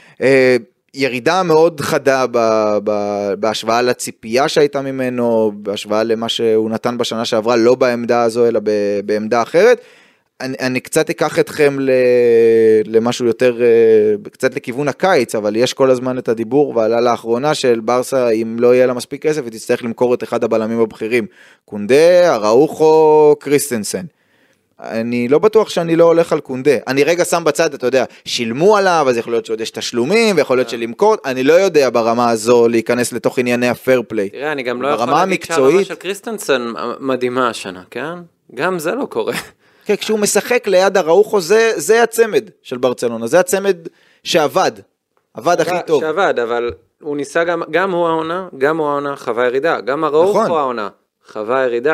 ירידה מאוד חדה בהשוואה לציפייה שהייתה ממנו, בהשוואה למה שהוא נתן בשנה שעברה, לא בעמדה הזו, אלא בעמדה אחרת, אני קצת אקח אתכם למשהו יותר, קצת לכיוון הקיץ, אבל יש כל הזמן את הדיבור, ועלה לאחרונה של ברסה, אם לא יהיה לה מספיק כסף, היא תצטרך למכור את אחד הבלמים הבכירים. קונדה, הראוחו, קריסטנסן. אני לא בטוח שאני לא הולך על קונדה. אני רגע שם בצד, אתה יודע, שילמו עליו, אז יכול להיות שעוד יש תשלומים, ויכול להיות שלמכור, אני לא יודע ברמה הזו להיכנס לתוך ענייני הפייר פליי. תראה, אני גם לא יכול להגיד שהרמה של קריסטנסן מדהימה השנה, כן? גם זה לא קורה. כן, כשהוא משחק ליד הראוחו, זה הצמד של ברצלונה, זה הצמד שעבד הכי טוב. שעבד, אבל הוא ניסה גם הוא העונה, חווה ירידה, גם הראוחו העונה, חווה ירידה.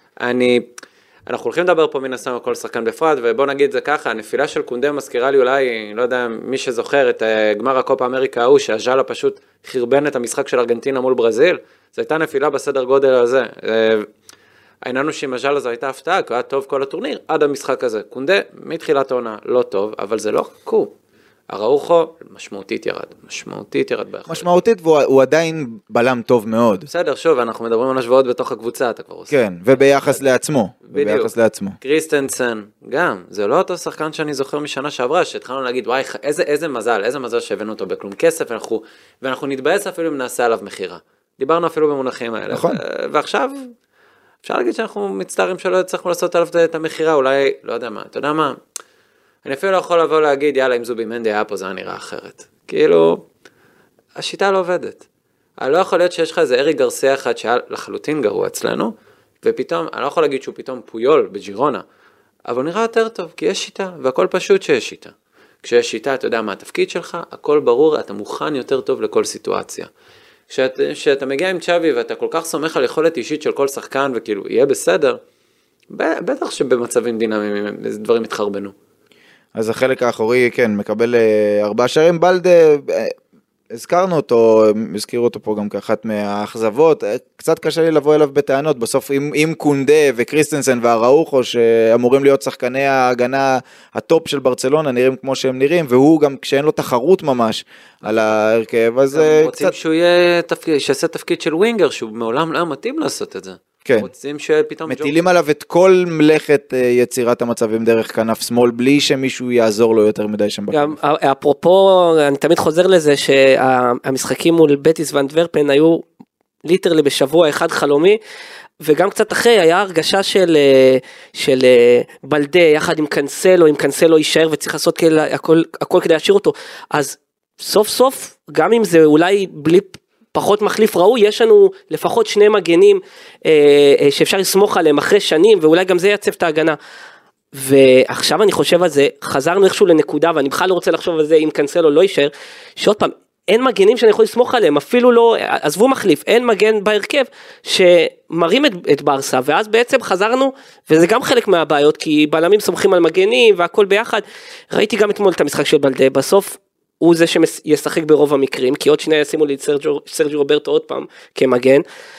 אנחנו הולכים לדבר פה מן הסתם על כל שחקן בפרט, ובוא נגיד זה ככה, הנפילה של קונדה מזכירה לי אולי, לא יודע מי שזוכר את גמר הקופה אמריקה ההוא, שהז'אלה פשוט חרבן את המשחק של ארגנטינה מול ברזיל, זו הייתה נפילה בסדר גודל הזה. העניין הוא שעם הז'אלה זו הייתה הפתעה, כי הוא היה טוב כל הטורניר, עד המשחק הזה. קונדה מתחילת העונה לא טוב, אבל זה לא חכו. הראוחו משמעותית ירד באחד. משמעותית, והוא עדיין בלם טוב מאוד. בסדר, שוב, אנחנו מדברים על השוואות בתוך הקבוצה, אתה כבר עושה. כן, וביחס לעצמו. בדיוק. קריסטנסן, גם, זה לא אותו שחקן שאני זוכר משנה שעברה, שהתחלנו להגיד, וואי, איזה מזל שהבאנו אותו בכלום כסף, ואנחנו נתבאס אפילו אם נעשה עליו מחירה. דיברנו אפילו במונחים האלה. נכון. ועכשיו, אפשר להגיד שאנחנו מצטערים שלא הצלחנו לעשות עליו את המחירה, אולי, לא יודע מה, אתה יודע מה, אני אפילו לא יכול לבוא להגיד, יאללה, אם זובימנדי היה פה, זה היה נראה אחרת. כאילו, השיטה לא עובדת. לא יכול להיות שיש לך איזה ארי גרסיה אחד שהיה לחלוטין גרוע אצלנו, ופתאום, אני לא יכול להגיד שהוא פתאום פויול בג'ירונה, אבל הוא נראה יותר טוב, כי יש שיטה, והכל פשוט שיש שיטה. כשיש שיטה, אתה יודע מה התפקיד שלך, הכל ברור, אתה מוכן יותר טוב לכל סיטואציה. כשאתה מגיע עם צ'אבי ואתה כל כך סומך על יכולת אישית של כל שחקן, וכאילו, יהיה בסדר, בטח שבמצבים דינמיים דברים יתחרבנו. אז החלק האחורי, כן, מקבל 4 שערים. בלדה, הזכרנו אותו, הזכירו אותו פה גם כאחת מהאכזבות, קצת קשה לי לבוא אליו בטענות, בסוף עם קונדה וקריסטנסן והראוחו, שאמורים להיות שחקני ההגנה הטופ של ברצלונה, נראים כמו שהם נראים, והוא גם כשאין לו תחרות ממש על ההרכב, אז רוצים קצת... שהוא שיעשה תפקיד של ווינגר, שהוא מעולם לא מתאים לעשות את זה. כן. רוצים שפתאום... מטילים עליו את כל מלאכת יצירת המצבים דרך כנף שמאל, בלי שמישהו יעזור לו יותר מדי שם בכנף. גם אפרופו, אני תמיד חוזר לזה שהמשחקים מול בטיס ואנטוורפן היו ליטרלי בשבוע אחד חלומי, וגם קצת אחרי היה הרגשה של בלדה יחד עם קנסלו, אם קנסלו יישאר וצריך לעשות הכל כדי להשאיר אותו, אז סוף סוף, גם אם זה אולי בלי פחות מחליף ראוי, יש לנו לפחות 2 מגנים שאפשר לסמוך עליהם אחרי שנים, ואולי גם זה יצב את ההגנה. ועכשיו אני חושב על זה, חזרנו איכשהו לנקודה, ואני בכלל לא רוצה לחשוב על זה אם קנסלו לא יישאר, שעוד פעם, אין מגנים שאני יכול לסמוך עליהם, אפילו לא, עזבו מחליף, אין מגן בהרכב שמרים את ברסה, ואז בעצם חזרנו, וזה גם חלק מהבעיות, כי בלמים סומכים על מגנים והכל ביחד. ראיתי גם אתמול את המשחק של בלדה, בסוף הוא זה שישחק ברוב המקרים, כי עוד שנייה ישימו לי את סרג'י רוברטו עוד פעם כמגן.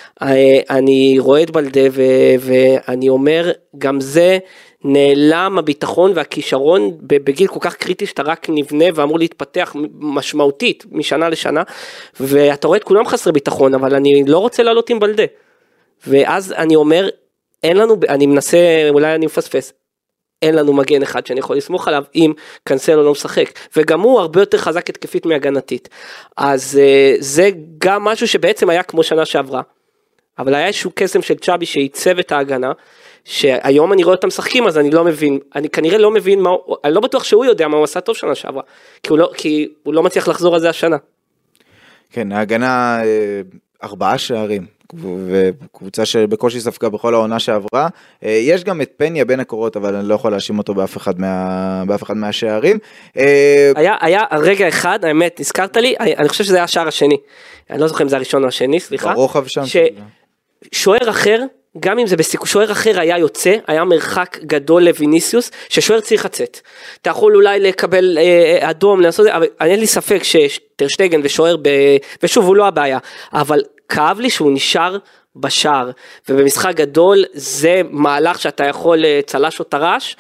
אני רואה את בלדה ואני אומר, גם זה נעלם הביטחון והכישרון בגיל כל כך קריטי שאתה רק נבנה ואמור להתפתח משמעותית משנה לשנה, ואתה רואה את כולם חסרי ביטחון, אבל אני לא רוצה לעלות עם בלדה. ואז אני אומר, אין לנו, אני מנסה, אולי אני מפספס, אין לנו מגן אחד שאני יכול לסמוך עליו אם קנסלו לא משחק, וגם הוא הרבה יותר חזק התקפית מהגנתית, אז זה גם משהו שבעצם היה כמו שנה שעברה, אבל היה איזשהו קסם של צ'אבי שעיצב את ההגנה, שהיום אני רואה אותם משחקים, אז אני לא מבין, אני כנראה לא מבין, אני לא בטוח שהוא יודע מה הוא עשה טוב שנה שעברה, כי הוא לא מצליח לחזור על זה השנה. כן, ההגנה 4 שערים, וקבוצה שבקושי ספגה בכל העונה שעברה, יש גם את פניה בין הקורות, אבל אני לא יכול להאשים אותו באף אחד מהשערים. היה רגע אחד, האמת, הזכרת לי, אני חושב שזה היה השער השני, אני לא זוכר אם זה הראשון או השני, סליחה. ברוחב שם. ששוער אחר, גם אם זה בסיכוי, שוער אחר היה יוצא, היה מרחק גדול לויניסיוס, ששוער צריך לצאת. אתה יכול אולי לקבל אדום, לעשות, אבל אין לי ספק שטרשטגן ושוער, ושוב הוא לא הבעיה, אבל כאב לי שהוא נשאר בשער, ובמשחק גדול זה מהלך שאתה יכול צלש או תרש,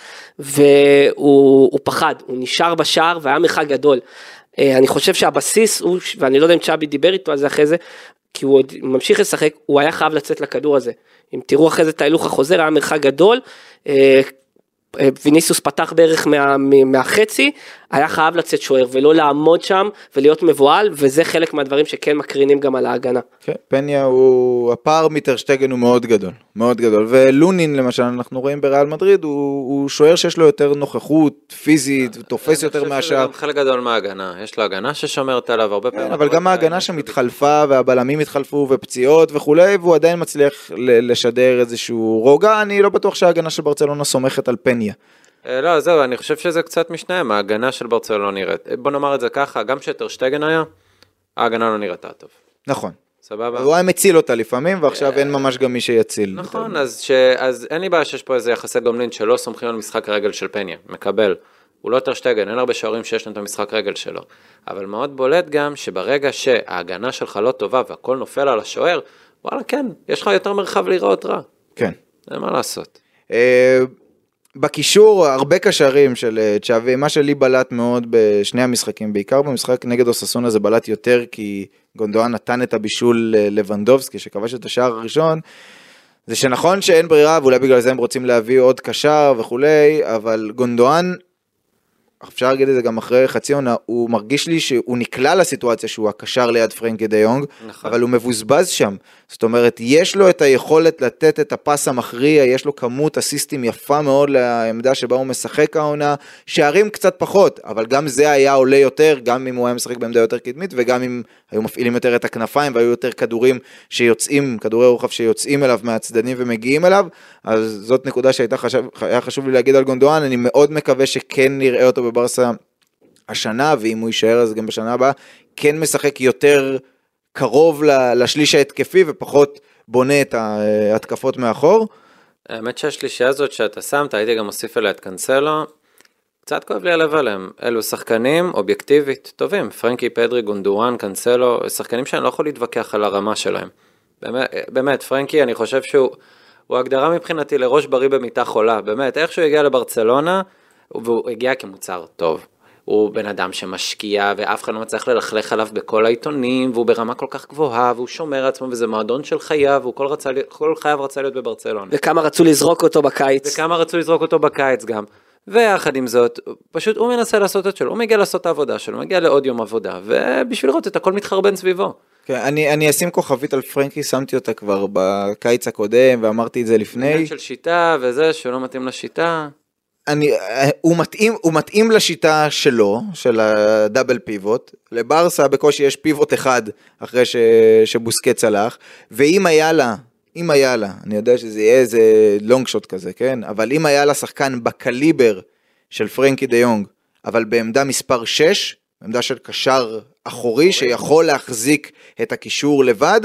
והוא פחד, הוא נשאר בשער והיה מרחק גדול. אני חושב שהבסיס הוא, ואני לא יודע אם צ'אבי דיבר איתו על זה אחרי זה, כי הוא ממשיך לשחק, הוא היה חייב לצאת לכדור הזה. אם תראו אחרי זה את ההילוך החוזר, היה מרחק גדול, ויניסיוס פתח בערך מהחצי, היה חייב לצאת שוער, ולא לעמוד שם, ולהיות מבועל, וזה חלק מהדברים שכן מקרינים גם על ההגנה. כן, פניה הפער מטרשטגן הוא מאוד גדול, מאוד גדול, ולונין למשל, אנחנו רואים בריאל מדריד, הוא שוער שיש לו יותר נוכחות פיזית, תופס יותר מהשאר. אני חושב שזה חלק גדול מההגנה, יש לו הגנה ששומרת עליו הרבה פעמים. אבל גם ההגנה שמתחלפה, והבלמים התחלפו, ופציעות וכולי, והוא עדיין מצליח לשדר איזשהו רוגע, אני לא בטוח שההגנה של ברצלונה סומכת על פניה. לא, זהו, אני חושב שזה קצת משנהם, ההגנה של ברצלונה לא נראית. בוא נאמר את זה ככה, גם שטרשטגן היה, ההגנה לא נראתה טוב. נכון. סבבה? הוא היה מציל אותה לפעמים, ועכשיו אין ממש גם מי שיציל. נכון, אז אין לי בעיה שיש פה איזה יחסי גומלין שלא סומכים על משחק רגל של פניה, מקבל. הוא לא טרשטגן, אין הרבה שוערים שיש להם את המשחק רגל שלו. אבל מאוד בולט גם שברגע שההגנה שלך לא טובה והכל נופל על השוער, וואלה כן, יש לך יותר מרחב להיראות רע. כן. זה מה לעשות. בקישור הרבה קשרים של צ'אבי, מה שלי בלט מאוד בשני המשחקים, בעיקר במשחק נגד אוססונה זה בלט יותר, כי גונדואן נתן את הבישול לוונדובסקי שכבש את השער הראשון, זה שנכון שאין ברירה, ואולי בגלל זה הם רוצים להביא עוד קשר וכולי, אבל גונדואן אפשר להגיד את זה גם אחרי חצי עונה, הוא מרגיש לי שהוא נקלע לסיטואציה שהוא הקשר ליד פרנקי דה יונג, אבל הוא מבוזבז שם. זאת אומרת, יש לו את היכולת לתת את הפס המכריע, יש לו כמות אסיסטים יפה מאוד לעמדה שבה הוא משחק העונה, שערים קצת פחות, אבל גם זה היה עולה יותר, גם אם הוא היה משחק בעמדה יותר קדמית, וגם אם היו מפעילים יותר את הכנפיים, והיו יותר כדורים שיוצאים, כדורי רוחב שיוצאים אליו מהצדדים ומגיעים אליו, אז זאת נקודה היה חשוב לי להגיד על גונדואן, אני מאוד מקווה שכן נראה אותו בברסה השנה, ואם הוא יישאר אז גם בשנה הבאה, כן משחק יותר קרוב לשליש ההתקפי, ופחות בונה את ההתקפות מאחור. האמת שהשלישייה הזאת שאתה שמת, הייתי גם מוסיף אליה את קנסלו, קצת כואב לי הלב עליהם, אלו שחקנים אובייקטיבית טובים, פרנקי, פדרי, גונדואן, קנסלו, שחקנים שאני לא יכול להתווכח על הרמה שלהם. באמת, פרנקי, אני חושב שהוא הגדרה מבחינתי לראש בריא במיטה חולה, באמת, איך שהוא הגיע לברצלונה, והוא הגיע כמוצר טוב. הוא בן אדם שמשקיע, ואף אחד לא מצליח ללכלך עליו בכל העיתונים, והוא ברמה כל כך גבוהה, והוא שומר עצמו, וזה מועדון של חייו, והוא כל חייו רצה להיות בברצלונה. וכמה רצו לזרוק אותו בקיץ. גם. ויחד עם זאת, פשוט הוא מנסה לעשות את שלו, הוא מגיע לעשות את העבודה שלו, הוא מגיע לעוד יום עבודה, ובשביל לראות את הכל מתחרבן סביבו. כן, אני אשים כוכבית על פרנקי, שמתי אותה כבר בקיץ הקודם, ואמרתי את זה לפני. עניין של שיטה וזה, שלא מתאים לשיטה. הוא מתאים לשיטה שלו, של הדאבל פיבוט, לברסה בקושי יש פיבוט אחד, אחרי שבוסקץ הלך, ואם היה לה, אני יודע שזה יהיה איזה לונג שוט כזה, כן? אבל אם היה לה שחקן בקליבר של פרנקי דה יונג, אבל בעמדה מספר 6, עמדה של קשר אחורי, שיכול להחזיק את הקישור לבד,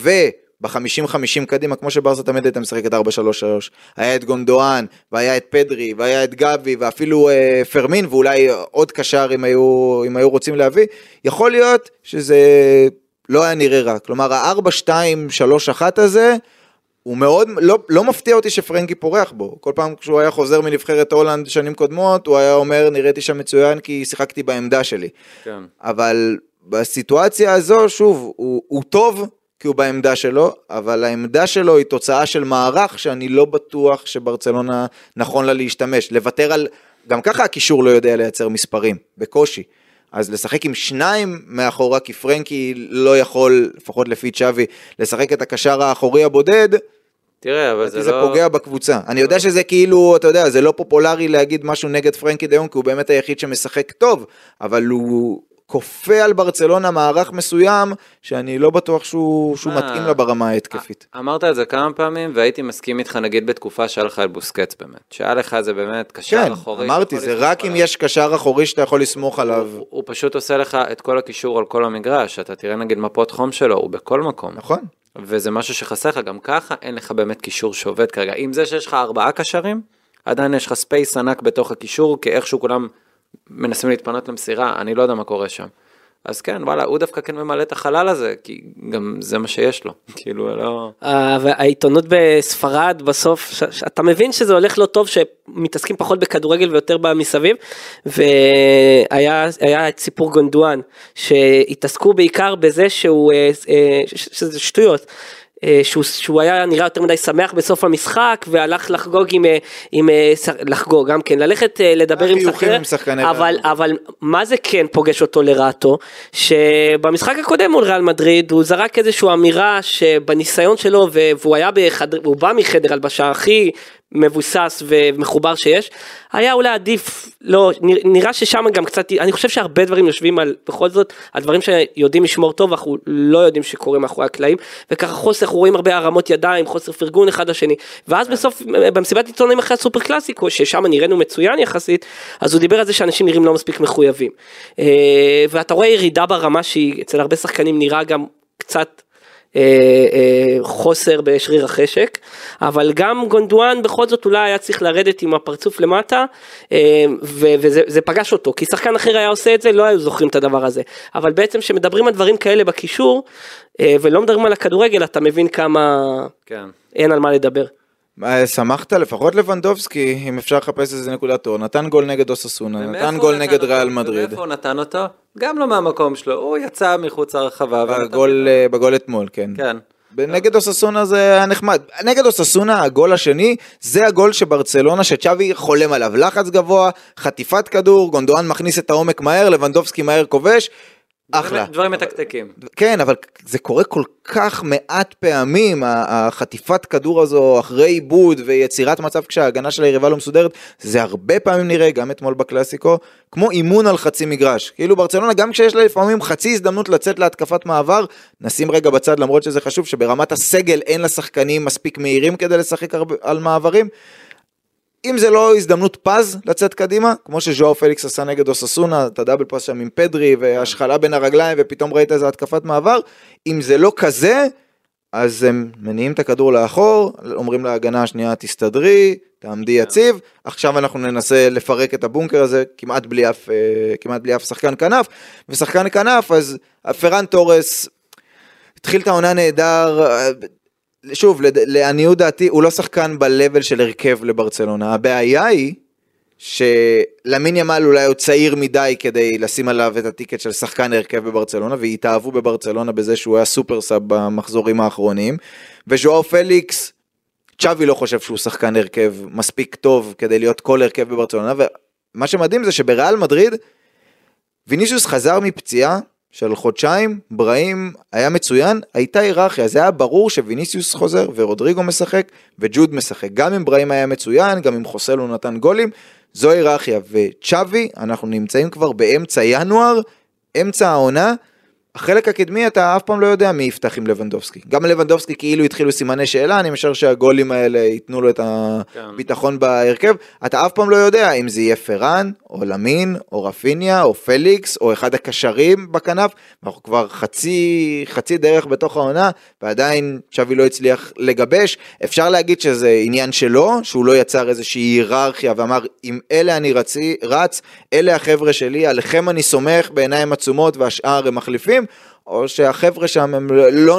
וב-50-50 קדימה, כמו שברסה תמיד הייתה משחקת 4-3-3, היה את גונדואן, והיה את פדרי, והיה את גבי, ואפילו פרמין, ואולי עוד קשר אם היו רוצים להביא, יכול להיות שזה לא היה נראה רע. כלומר, ה-4-2-3-1 הזה, הוא מאוד, לא מפתיע אותי שפרנקי פורח בו. כל פעם כשהוא היה חוזר מנבחרת הולנד שנים קודמות, הוא היה אומר, נראיתי שם מצוין כי שיחקתי בעמדה שלי. כן. אבל בסיטואציה הזו, שוב, הוא טוב כי הוא בעמדה שלו, אבל העמדה שלו היא תוצאה של מערך שאני לא בטוח שברצלונה נכון לה להשתמש. לוותר על, גם ככה הקישור לא יודע לייצר מספרים, בקושי. אז לשחק עם שניים מאחורה, כי פרנקי לא יכול, לפחות לפי צ'אבי, לשחק את הקשר האחורי הבודד, תראה, אבל זה לא פוגע בקבוצה. אני יודע שזה כאילו, אתה יודע, זה לא פופולרי להגיד משהו נגד פרנקי דה יונג, כי הוא באמת היחיד שמשחק טוב, אבל הוא כופה על ברצלונה מערך מסוים, שאני לא בטוח שהוא מתאים לה ברמה ההתקפית. אמרת את זה כמה פעמים, והייתי מסכים איתך נגיד בתקופה שהיה לך על בוסקץ באמת. שהיה לך זה באמת קשר אחורי. כן, אמרתי, זה רק אם יש קשר אחורי שאתה יכול לסמוך עליו. הוא פשוט עושה לך את כל הקישור על כל המגרש, אתה תראה נגיד מפות חום שלו, הוא בכל מקום. נכון. וזה משהו שחסר לך, גם ככה אין לך באמת קישור שעובד כרגע. עם זה שיש לך 4 קשרים, עדיין יש לך ספייס ענק בתוך הקישור, כי איכשהו כולם מנסים להתפנות למסירה, אני לא יודע מה קורה שם. אז כן, וואלה, הוא דווקא כן ממלא את החלל הזה, כי גם זה מה שיש לו, כאילו, לא... והעיתונות בספרד, בסוף, אתה מבין שזה הולך לא טוב, שמתעסקים פחות בכדורגל ויותר מסביב, והיה את סיפור גונדואן, שהתעסקו בעיקר בזה שזה שטויות, שהוא היה נראה יותר מדי שמח בסוף המשחק, והלך לחגוג לחגוג גם כן, ללכת לדבר עם שחקנים, אבל מה זה כן פוגש אותו לרעתו, שבמשחק הקודם מול ריאל מדריד, הוא זרק איזושהי אמירה, שבניסיון שלו, והוא בא מחדר הלבשה הכי מבוסס ומחובר שיש, היה אולי עדיף, לא, נראה ששם גם קצת, אני חושב שהרבה דברים יושבים על, בכל זאת, על דברים שיודעים לשמור טוב, אנחנו לא יודעים שקוראים מאחורי הקלעים, וככה חוסר, אנחנו רואים הרבה הרמות ידיים, חוסר פרגון אחד לשני, ואז בסוף, במסיבת עיתונאים אחרי הסופר קלאסיקו, ששם נראינו מצוין יחסית, אז הוא דיבר על זה שאנשים נראים לא מספיק מחויבים, ואתה רואה ירידה ברמה שהיא, אצל הרבה שחקנים נראה גם קצת, חוסר בשריר החשק, אבל גם גונדואן בכל זאת אולי היה צריך לרדת עם הפרצוף למטה, וזה פגש אותו, כי שחקן אחר היה עושה את זה, לא היו זוכרים את הדבר הזה, אבל בעצם שמדברים על דברים כאלה בקישור, ולא מדברים על הכדורגל, אתה מבין כמה אין על מה לדבר. שמחת לפחות לבנדובסקי, אם אפשר לחפש איזה נקודת אור, נתן גול נגד אוססונה, נתן גול נגד ריאל מדריד. ומאיפה הוא נתן אותו? גם לא מהמקום שלו, הוא יצא מחוץ הרחבה. בגול אתמול, כן. כן, נגד אוססונה זה היה נחמד. נגד אוססונה, הגול השני, זה הגול שברצלונה, שצ'אבי חולם עליו. לחץ גבוה, חטיפת כדור, גונדואן מכניס את העומק מהר, לבנדובסקי מהר כובש, אחלה. דברים מתקתקים. כן, אבל זה קורה כל כך מעט פעמים, החטיפת כדור הזו אחרי עיבוד ויצירת מצב כשההגנה של היריבה לא מסודרת, זה הרבה פעמים נראה, גם אתמול בקלאסיקו, כמו אימון על חצי מגרש. כאילו ברצלונה, גם כשיש לה לפעמים חצי הזדמנות לצאת להתקפת מעבר, נשים רגע בצד, למרות שזה חשוב, שברמת הסגל אין לשחקנים מספיק מהירים כדי לשחק על מעברים, אם זה לא הזדמנות פז לצאת קדימה, כמו שז'ואו פליקס עשה נגד אוססונה, את הדאבל פס שם עם פדרי, והשחלה בין הרגליים, ופתאום ראית איזה התקפת מעבר, אם זה לא כזה, אז הם מניעים את הכדור לאחור, אומרים להגנה השנייה, תסתדרי, תעמדי יציב, עכשיו אנחנו ננסה לפרק את הבונקר הזה, כמעט בלי אף שחקן כנף, ושחקן כנף, אז פרן טורס, התחיל את העונה נהדר, שוב, לעניות דעתי, הוא לא שחקן בלבל של הרכב לברצלונה. הבעיה היא שלמין ימל אולי הוא צעיר מדי כדי לשים עליו את הטיקט של שחקן הרכב בברצלונה, והתאהבו בברצלונה בזה שהוא היה סופר סאב במחזורים האחרונים, וז'ואו פליקס, צ'אבי לא חושב שהוא שחקן הרכב מספיק טוב כדי להיות כל הרכב בברצלונה, ומה שמדהים זה שבריאל מדריד, ויניסיוס חזר מפציעה, של חודשיים, בראים היה מצוין, הייתה היררכיה, זה היה ברור שוויניסיוס חוזר, ורודריגו משחק, וג'וד משחק, גם אם בראים היה מצוין, גם אם חוסל הוא נתן גולים, זו היררכיה, וצ'אבי, אנחנו נמצאים כבר באמצע ינואר, אמצע העונה, החלק הקדמי אתה אף פעם לא יודע מי יפתח עם לבנדובסקי, גם לבנדובסקי כאילו התחילו סימני שאלה, אני משער שהגולים האלה ייתנו לו את הביטחון בהרכב, אתה אף פעם לא יודע אם זה יהיה פרן, או למין, או רפיניה, או פליקס, או אחד הקשרים בכנף, אנחנו כבר חצי דרך בתוך העונה, ועדיין צ'אבי לא הצליח לגבש, אפשר להגיד שזה עניין שלו, שהוא לא יצר איזושהי היררכיה, ואמר, אם אלה אני רץ, אלה החבר'ה שלי, עליכם אני סומך בעיניים עצומות, והשאר הם מחליפים, או שהחבר'ה שם הם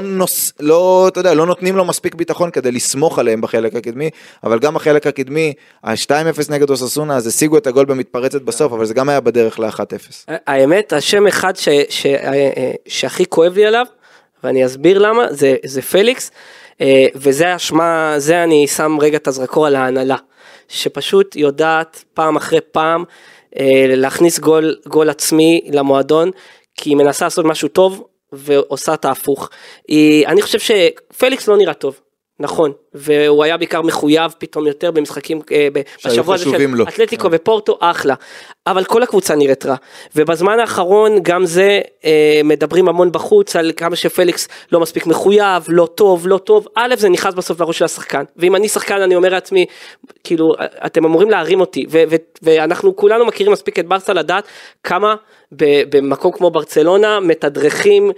לא נותנים לו מספיק ביטחון כדי לסמוך עליהם בחלק הקדמי, אבל גם החלק הקדמי, ה-2-0 נגד אוססונה, אז השיגו את הגול במתפרצת בסוף, אבל זה גם היה בדרך ל-1-0. האמת, השם אחד שהכי כואב לי עליו, ואני אסביר למה, זה פליקס, וזה השמה, זה אני שם רגע את הזרקור על ההנהלה, שפשוט יודעת פעם אחרי פעם, להכניס גול עצמי למועדון, כי היא מנסה לעשות משהו טוב, ועושה את ההפוך. אני חושב שפליקס לא נראה טוב, נכון, והוא היה בעיקר מחויב פתאום יותר במשחקים, בשבוע הזה של אתלטיקו ופורטו, אחלה, אבל כל הקבוצה נראית רע, ובזמן האחרון גם זה, מדברים המון בחוץ, על כמה שפליקס לא מספיק מחויב, לא טוב, א' זה נכנס בסוף לראש של השחקן, ואם אני שחקן אני אומר לעצמי, כאילו, אתם אמורים להרים אותי, ואנחנו כולנו מכירים מספיק את ברסה לדעת, כמה במקום כמו ברצלונה, מתדרכים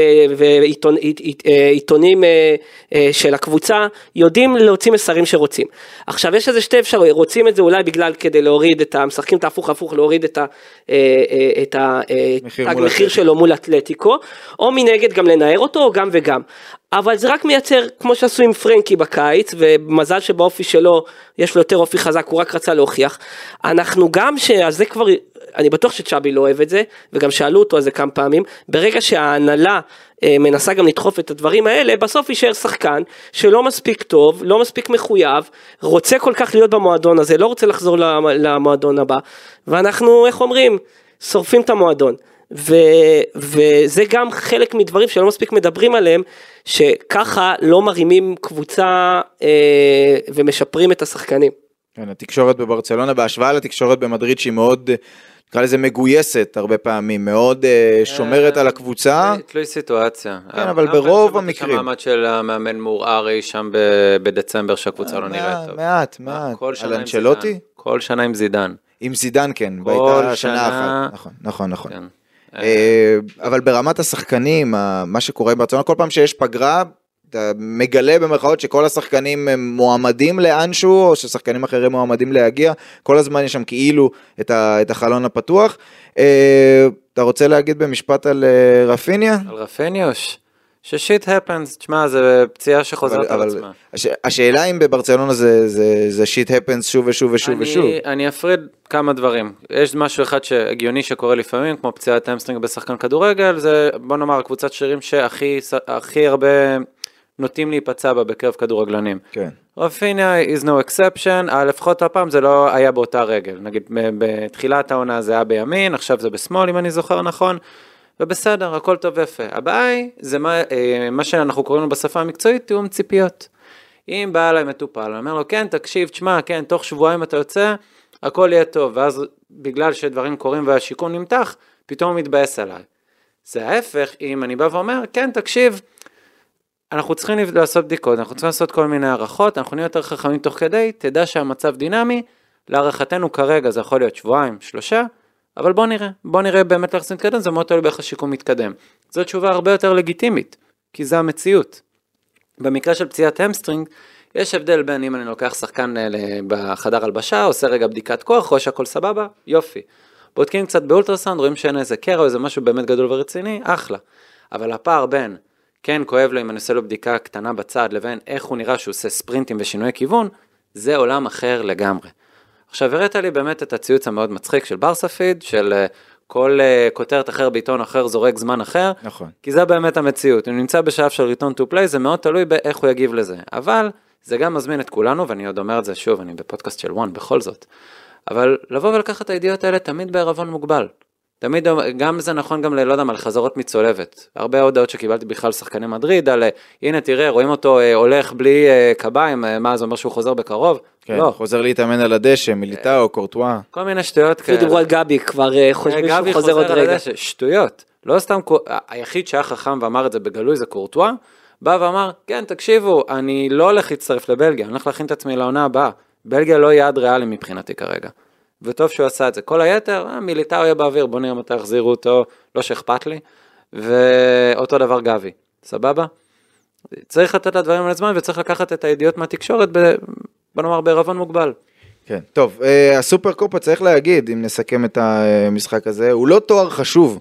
ועיתונים של הקבוצה, יודעים להוציא מסרים שרוצים. עכשיו יש איזה שתי אפשרויות, רוצים את זה אולי בגלל כדי להוריד את המשחקים, את ההפוך, להוריד את המחיר שלו מול אתלטיקו, או מנגד גם לנער אותו, או גם וגם. אבל זה רק מייצר, כמו שעשו עם פרנקי בקיץ, ומזל שבאופי שלו יש לו יותר אופי חזק, הוא רק רצה להוכיח. אנחנו גם, אז זה כבר, אני בטוח שצ'אבי לא אוהב את זה, וגם שאלו אותו על זה כמה פעמים, ברגע שההנהלה מנסה גם לדחוף את הדברים האלה, בסוף יישאר שחקן שלא מספיק טוב, לא מספיק מחויב, רוצה כל כך להיות במועדון הזה, לא רוצה לחזור למועדון הבא, ואנחנו, איך אומרים, שורפים את המועדון. וזה גם חלק מדברים שלא מספיק מדברים עליהם, שככה לא מרימים קבוצה ומשפרים את השחקנים. כן, התקשורת בברצלונה, בהשוואה לתקשורת במדריד, שהיא מאוד, נקרא לזה מגויסת הרבה פעמים, מאוד שומרת על הקבוצה. תלוי סיטואציה. כן, אבל ברוב המקרים. המעמד של המאמן מורערי שם בדצמבר שהקבוצה לא נראית טוב. מעט. על אנצ'לוטי? כל שנה עם זידן. עם זידן כן, והייתה שנה אחת. נכון. אבל ברמת השחקנים, מה שקורה ברצלונה, כל פעם שיש פגרה, אתה מגלה במרכאות שכל השחקנים הם מועמדים לאנשהו, או ששחקנים אחרים מועמדים להגיע, כל הזמן יש שם כאילו את החלון הפתוח. אתה רוצה להגיד במשפט על רפיניה? על רפיניוש? ששיט הפנס, תשמע, זה פציעה שחוזרת על עצמה. השאלה אם בברצלונה זה שיט הפנס שוב ושוב. אני אפריד כמה דברים. יש משהו אחד שהגיוני שקורה לפעמים, כמו פציעת אמסטרינג בשחקן כדורגל, זה בוא נאמר קבוצת שירים שהכי הרבה נוטים להיפצע בה בקרב כדורגלנים. כן. רפיניה is no exception, לפחות הפעם זה לא היה באותה רגל, נגיד בתחילת העונה זה היה בימין, עכשיו זה בשמאל אם אני זוכר נכון, ובסדר, הכל טוב ויפה. הבעיה היא, זה מה שאנחנו קוראים לו בשפה המקצועית, תיאום ציפיות. אם בא אליי מטופל, אומר לו, כן, תקשיב, תשמע, כן, תוך שבועיים אתה יוצא, הכל יהיה טוב, ואז בגלל שדברים קורים והשיקון נמתח, פתאום הוא מתבאס עליי. זה ההפך, אם אני בא ואומר, כן, תקשיב, אנחנו צריכים לעשות בדיקות, אנחנו צריכים לעשות כל מיני הערכות, אנחנו נהיה יותר חכמים תוך כדי, תדע שהמצב דינמי, להערכתנו כרגע זה יכול להיות שבועיים, 3, אבל בוא נראה באמת איך זה מתקדם, זה מאוד תלוי באיך השיקום מתקדם. זו תשובה הרבה יותר לגיטימית, כי זה המציאות. במקרה של פציעת המסטרינג, יש הבדל בין אם אני לוקח שחקן בחדר הלבשה, עושה רגע בדיקת כוח, רואה שהכל סבבה, יופי. בודקים קצת באולטרסאונד, רואים שאין איזה קרע או איזה משהו באמת גדול ורציני, אחלה. אבל הפער בין, כן כואב לו אם אני עושה לו בדיקה קטנה בצד, לבין איך הוא נראה שהוא עושה ספרינטים ושינוי כיוון, זה עולם אחר לגמרי. עכשיו הראת לי באמת את הציוץ המאוד מצחיק של ברספיד, של כל כותרת אחר בעיתון אחר זורק זמן אחר, נכון. כי זה באמת המציאות. אם נמצא בשלב של return to play, זה מאוד תלוי באיך הוא יגיב לזה. אבל זה גם מזמין את כולנו, ואני עוד אומר את זה שוב, אני בפודקאסט של וואן בכל זאת. אבל לבוא ולקחת את הידיעות האלה תמיד בערבון מוגבל. תמיד, גם זה נכון גם לא יודע מה, לחזרות מצולבת. הרבה הודעות שקיבלתי בכלל שחקני מדריד, על הנה תראה, רואים אותו הולך בלי קביים, מה זה אומר שהוא חוזר בקרוב? כן, לא. חוזר להתאמן על הדשא, מיליטאו, קורטואה. כל מיני שטויות כאלה. דיברו על גבי, כבר חושבים שהוא חוזר עוד רגע. שטויות. לא סתם, היחיד שהיה חכם ואמר את זה בגלוי זה קורטואה, בא ואמר, כן, תקשיבו, אני לא הולך להצטרף לבלגיה, אני הולך להכין את עצמי לעונה הבאה. בלגיה לא יעד ריאלי מבחינתי כרגע. וטוב שהוא עשה את זה. כל היתר, מיליטאו יהיה באוויר, בוא נראה מתי יחזירו אותו, לא שאכפת לי, ואותו דבר גבי, סבבה? צריך לתת לדברים על הזמן, וצריך לקחת את הידיעות מהתקשורת, בוא נאמר, בערבון מוגבל. כן, טוב, הסופר קופה צריך להגיד, אם נסכם את המשחק הזה, הוא לא תואר חשוב,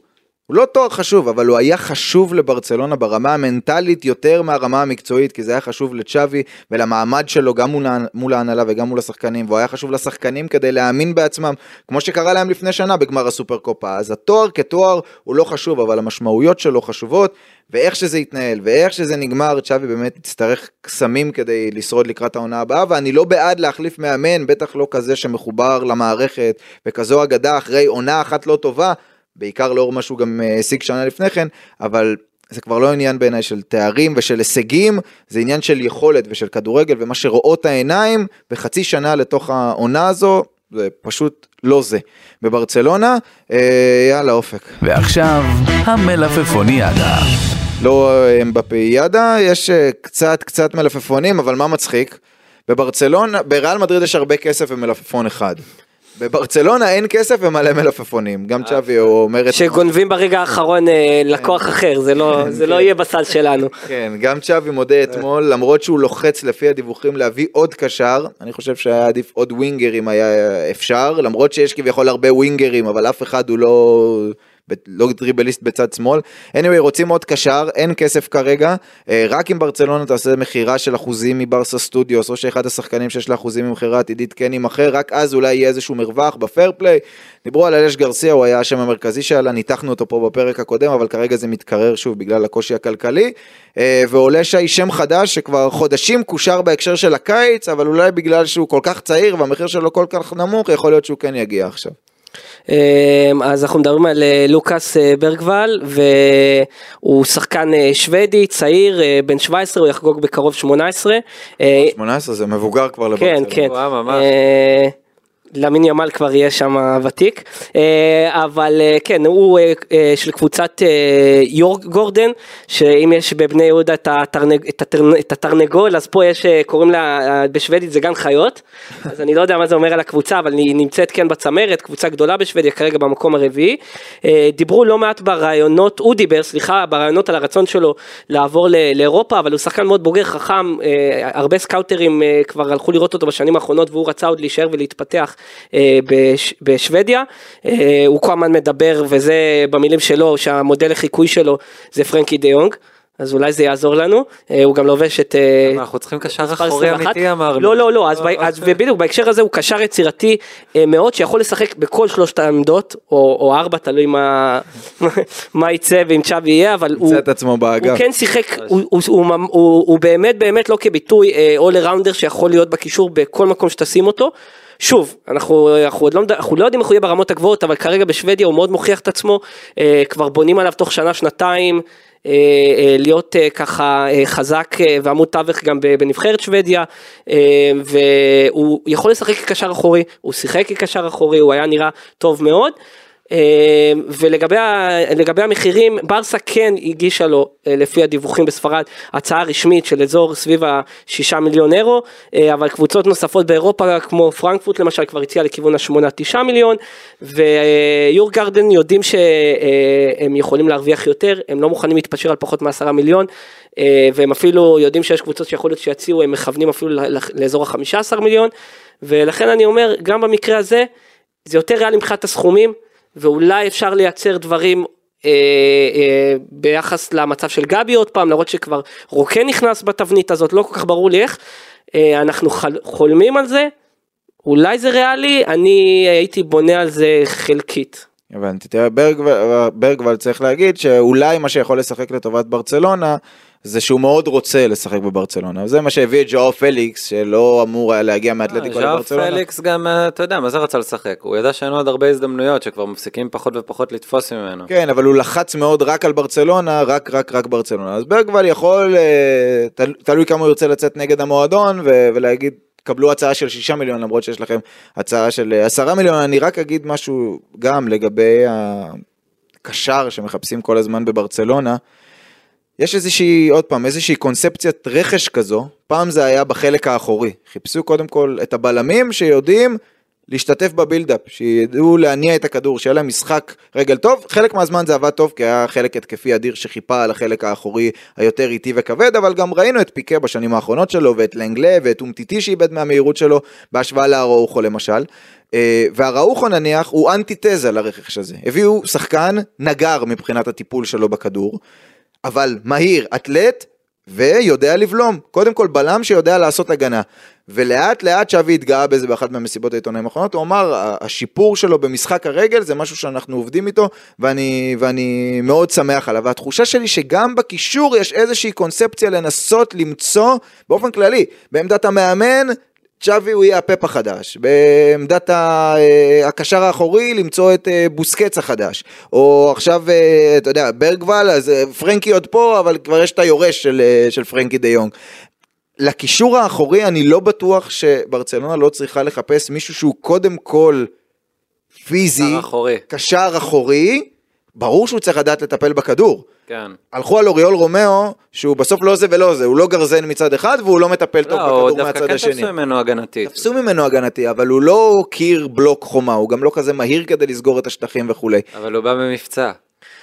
אבל הוא היה חשוב לברצלונה ברמה המנטלית יותר מהרמה המקצועית, כי זה היה חשוב לצ'אבי ולמעמד שלו גם מול ההנהלה וגם מול השחקנים, והוא היה חשוב לשחקנים כדי להאמין בעצמם, כמו שקרה להם לפני שנה בגמר הסופר קופה. אז התואר כתואר הוא לא חשוב, אבל המשמעויות שלו חשובות, ואיך שזה יתנהל ואיך שזה נגמר, צ'אבי באמת יצטרך קסמים כדי לשרוד לקראת העונה הבאה, ואני לא בעד להחליף מאמן, בטח לא כזה שמחובר למערכת, וכזו אגדה אחרי עונה אחת לא טובה, בעיקר לאור משהו גם השיג שנה לפני כן, אבל זה כבר לא עניין בעיניי של תארים ושל הישגים, זה עניין של יכולת ושל כדורגל, ומה שרואות העיניים בחצי שנה לתוך העונה הזו, זה פשוט לא זה. בברצלונה, יאללה אופק. ועכשיו, המלפפוניאדה. לא אמבפיאדה, יש קצת מלפפונים, אבל מה מצחיק? בברצלונה, בריאל מדריד יש הרבה כסף ומלפפון אחד. בברצלונה אין כסף ומלא מלפפונים, גם צ'אבי אומר את... שגונבים ברגע האחרון לקוח אחר, זה לא יהיה בסל שלנו. כן, גם צ'אבי מודה אתמול, למרות שהוא לוחץ לפי הדיווחים להביא עוד קשר, אני חושב שהיה עדיף עוד ווינגרים היה אפשר, למרות שיש כביכול הרבה ווינגרים, אבל אף אחד הוא לא דריבליסט בצד שמאל. anyway, רוצים עוד קשר, אין כסף כרגע, רק אם ברצלונה תעשה מחירה של אחוזים מברסה סטודיוס, או שאחד השחקנים שיש לה אחוזים ממחירה עתידית כן ימחר, רק אז אולי יהיה איזשהו מרווח בפייר פליי. דיברו על אלש גרסיה, הוא היה השם המרכזי שלה, ניתחנו אותו פה בפרק הקודם, אבל כרגע זה מתקרר שוב בגלל הקושי הכלכלי, ועולה שהיא שם חדש שכבר חודשים קושר בהקשר של הקיץ, אבל אולי בגלל שהוא כל כך צעיר והמחיר שלו כל כך נמוך, יכול להיות שהוא כן יגיע עכשיו. אז אנחנו מדברים על לוקאס ברגוול, והוא שחקן שוודי, צעיר, בן 17, הוא יחגוג בקרוב 18. 18 זה מבוגר כבר לברצלונה. כן, כן. למין ימל כבר יהיה שם ותיק, אבל כן, הוא של קבוצת יורק גורדן, שאם יש בבני יהודה את התרנגול, אז פה יש, קוראים לה בשוודית זה גן חיות, אז אני לא יודע מה זה אומר על הקבוצה, אבל היא נמצאת כן בצמרת, קבוצה גדולה בשוודיה, כרגע במקום הרביעי. דיברו לא מעט ברעיונות, הוא דיבר, ברעיונות על הרצון שלו לעבור לאירופה, אבל הוא שחקן מאוד בוגר, חכם, הרבה סקאוטרים כבר הלכו לראות אותו בשנים האחרונות, והוא רצה עוד להישאר ולהתפתח בשוודיה. הוא כל הזמן מדבר, וזה במילים שלו, שהמודל לחיקוי שלו זה פרנקי דה יונג. אז אולי זה יעזור לנו, הוא גם לובש את... אנחנו צריכים קשר אחורי אמיתי אמרנו. לא, אז ובדיוק בהקשר הזה הוא קשר יצירתי מאוד, שיכול לשחק בכל שלושת העמדות, או ארבע, תלוי מה יצא ואם צ'אבי יהיה, אבל הוא כן שיחק, הוא באמת לא כביטוי all arounder שיכול להיות בקישור בכל מקום שתשים אותו, שוב, אנחנו לא יודעים איך הוא יהיה ברמות הגבוהות, אבל כרגע בשוודיה הוא מאוד מוכיח את עצמו, כבר בונים עליו תוך שנה, שנתיים, להיות ככה חזק ועמוד תווך גם בנבחרת שוודיה, והוא יכול לשחק כקשר אחורי, הוא שיחק כקשר אחורי, הוא היה נראה טוב מאוד, ולגבי המחירים, ברסה כן הגישה לו, לפי הדיווחים בספרד, הצעה רשמית של אזור סביב ה6 מיליון אירו, אבל קבוצות נוספות באירופה, כמו פרנקפורט למשל, כבר הציעה לכיוון ה8-9 מיליון, ויורגרדן יודעים שהם יכולים להרוויח יותר, הם לא מוכנים להתפשר על פחות מ10 מיליון, והם אפילו יודעים שיש קבוצות שיכול להיות שיציעו, הם מכוונים אפילו לאזור ה15 מיליון, ולכן אני אומר, גם במקרה הזה, זה יותר ריאלי מבחינת הסכומים, ואולי אפשר לייצר דברים ביחס למצב של גבי עוד פעם, למרות שכבר רוקן נכנס בתבנית הזאת, לא כל כך ברור לי איך, אנחנו חולמים על זה, אולי זה ריאלי, אני הייתי בונה על זה חלקית. הבנתי, תראה, ברגוול צריך להגיד שאולי מה שיכול לשחק לטובת ברצלונה, זה שהוא מאוד רוצה לשחק בברצלונה, וזה מה שהביא את ז'או פליקס, שלא אמור היה להגיע מאתלטיקו לברצלונה. ז'או פליקס גם, אתה יודע, מה זה רצה לשחק? הוא ידע שאין עוד הרבה הזדמנויות, שכבר מפסיקים פחות ופחות לתפוס ממנו. כן, אבל הוא לחץ מאוד רק על ברצלונה, רק ברצלונה. אז ברגוול יכול, תלוי כמה הוא ירצה לצאת נגד המועדון, ולהגיד, קבלו הצעה של 6 מיליון, למרות שיש לכם הצעה של 10 מיליון, אני רק אגיד משהו גם לגבי הקשר שמחפשים כל הזמן בברצלונה, יש איזושהי קונספציית רכש כזו, פעם זה היה בחלק האחורי, חיפשו קודם כל את הבלמים שיודעים להשתתף בבילדאפ, שידעו להניע את הכדור, שיהיה להם משחק רגל טוב, חלק מהזמן זה עבד טוב, כי היה חלק התקפי אדיר שחיפה על החלק האחורי היותר איטי וכבד, אבל גם ראינו את פיקה בשנים האחרונות שלו, ואת לנגלה, ואת אומטיטי שאיבד מהמהירות שלו, בהשוואה לאראוחו למשל, והראוחו נניח הוא אנטיתזה לרכש הזה, הביאו שחקן נגר מבחינת הטיפול שלו בכדור, אבל מהיר, אתלט, ויודע לבלום. קודם כל בלם שיודע לעשות הגנה. ולאט לאט שווי התגאה בזה באחת מהמסיבות העיתונאים האחרונות, הוא אמר, השיפור שלו במשחק הרגל, זה משהו שאנחנו עובדים איתו, ואני מאוד שמח עליו. והתחושה שלי שגם בקישור יש איזושהי קונספציה לנסות למצוא, באופן כללי, בעמדת המאמן, צ'אבי הוא יהיה הפפ החדש, בעמדת הקשר האחורי למצוא את בוסקץ החדש, או עכשיו, אתה יודע, ברגוול, אז פרנקי עוד פה, אבל כבר יש את היורש של פרנקי די יונג. לקישור האחורי אני לא בטוח שברצלונה לא צריכה לחפש מישהו שהוא קודם כל פיזי, קשר אחורי, ברור שהוא צריך לדעת לטפל בכדור. כן. הלכו על אוריול רומאו, שהוא בסוף לא זה ולא זה, הוא לא גרזן מצד אחד, והוא לא מטפל טוב בכדור מהצד השני. תפסו ממנו הגנתי. תפסו ממנו הגנתי, אבל הוא לא קיר בלוק חומה, הוא גם לא כזה מהיר כדי לסגור את השטחים וכו'. אבל הוא בא במבצע.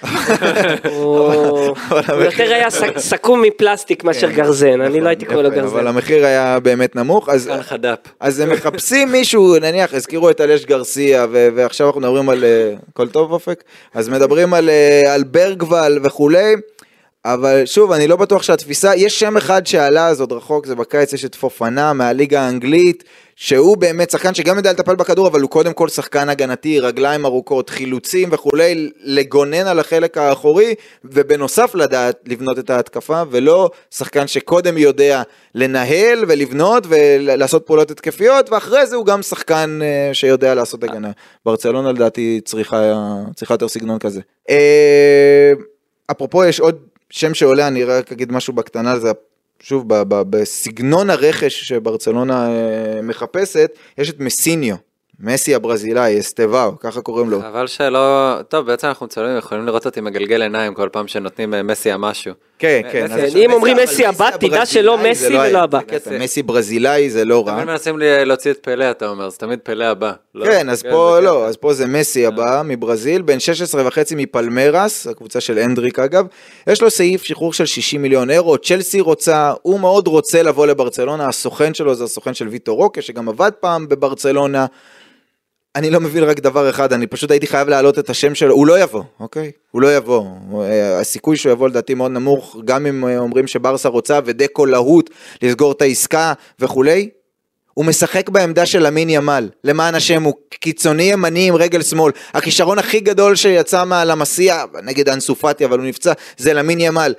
הוא יותר היה סכום מפלסטיק מאשר גרזן, אני לא הייתי קורא לו גרזן. אבל המחיר היה באמת נמוך, אז הם מחפשים מישהו, נניח, הזכירו את אלש גרסיה, ועכשיו אנחנו מדברים על, כל טוב אופק, אז מדברים על ברגוול וכולי, אבל שוב, אני לא בטוח שהתפיסה, יש שם אחד שעלה, אז עוד רחוק, זה בקיץ, יש את פופנה מהליגה האנגלית, שהוא באמת שחקן שגם יודע לטפל בכדור, אבל הוא קודם כל שחקן הגנתי, רגליים ארוכות, חילוצים וכולי, לגונן על החלק האחורי, ובנוסף לדעת לבנות את ההתקפה, ולא שחקן שקודם יודע לנהל ולבנות ולעשות פעולות התקפיות, ואחרי זה הוא גם שחקן שיודע לעשות הגנה. ברצלונה לדעתי צריכה יותר סגנון כזה. אפרופו יש עוד שם שעולה, אני רק אגיד משהו בקטנה, זה שוב, בסגנון הרכש שברצלונה מחפשת, יש את מסיניו, מסי הברזילאי, אסטבאו, ככה קוראים לו. אבל שלא, טוב, בעצם אנחנו יכולים לראות אותי מגלגל עיניים כל פעם שנותנים מסי המשהו. כן, כן. אם אומרים מסי הבא, תדע שלא מסי ולא הבא. מסי ברזילאי זה לא רע. תמיד מנסים להוציא את פלא, אתה אומר, זה תמיד פלא הבא. כן, אז פה לא, אז פה זה מסי הבא מברזיל, בין 16.5 מפלמרס, הקבוצה של אנדריק אגב, יש לו סעיף שחרור של 60 מיליון אירו, צ'לסי רוצה, הוא מאוד רוצה לבוא לברצלונה, הסוכן שלו זה הסוכן של ויטור רוקה, שגם עבד פעם בברצלונה, אני לא מבין רק דבר אחד, אני פשוט הייתי חייב להעלות את השם שלו, הוא לא יבוא, אוקיי? הוא לא יבוא, הסיכוי שהוא יבוא לדעתי מאוד נמוך, גם אם אומרים שברסה רוצה ודקו להוט לסגור את העסקה וכולי, הוא משחק בעמדה של למין ימל, למען השם, הוא קיצוני ימני עם רגל שמאל, הכישרון הכי גדול שיצא מהלמסיה, נגד אנסופטי, אבל הוא נפצע, זה למין ימל,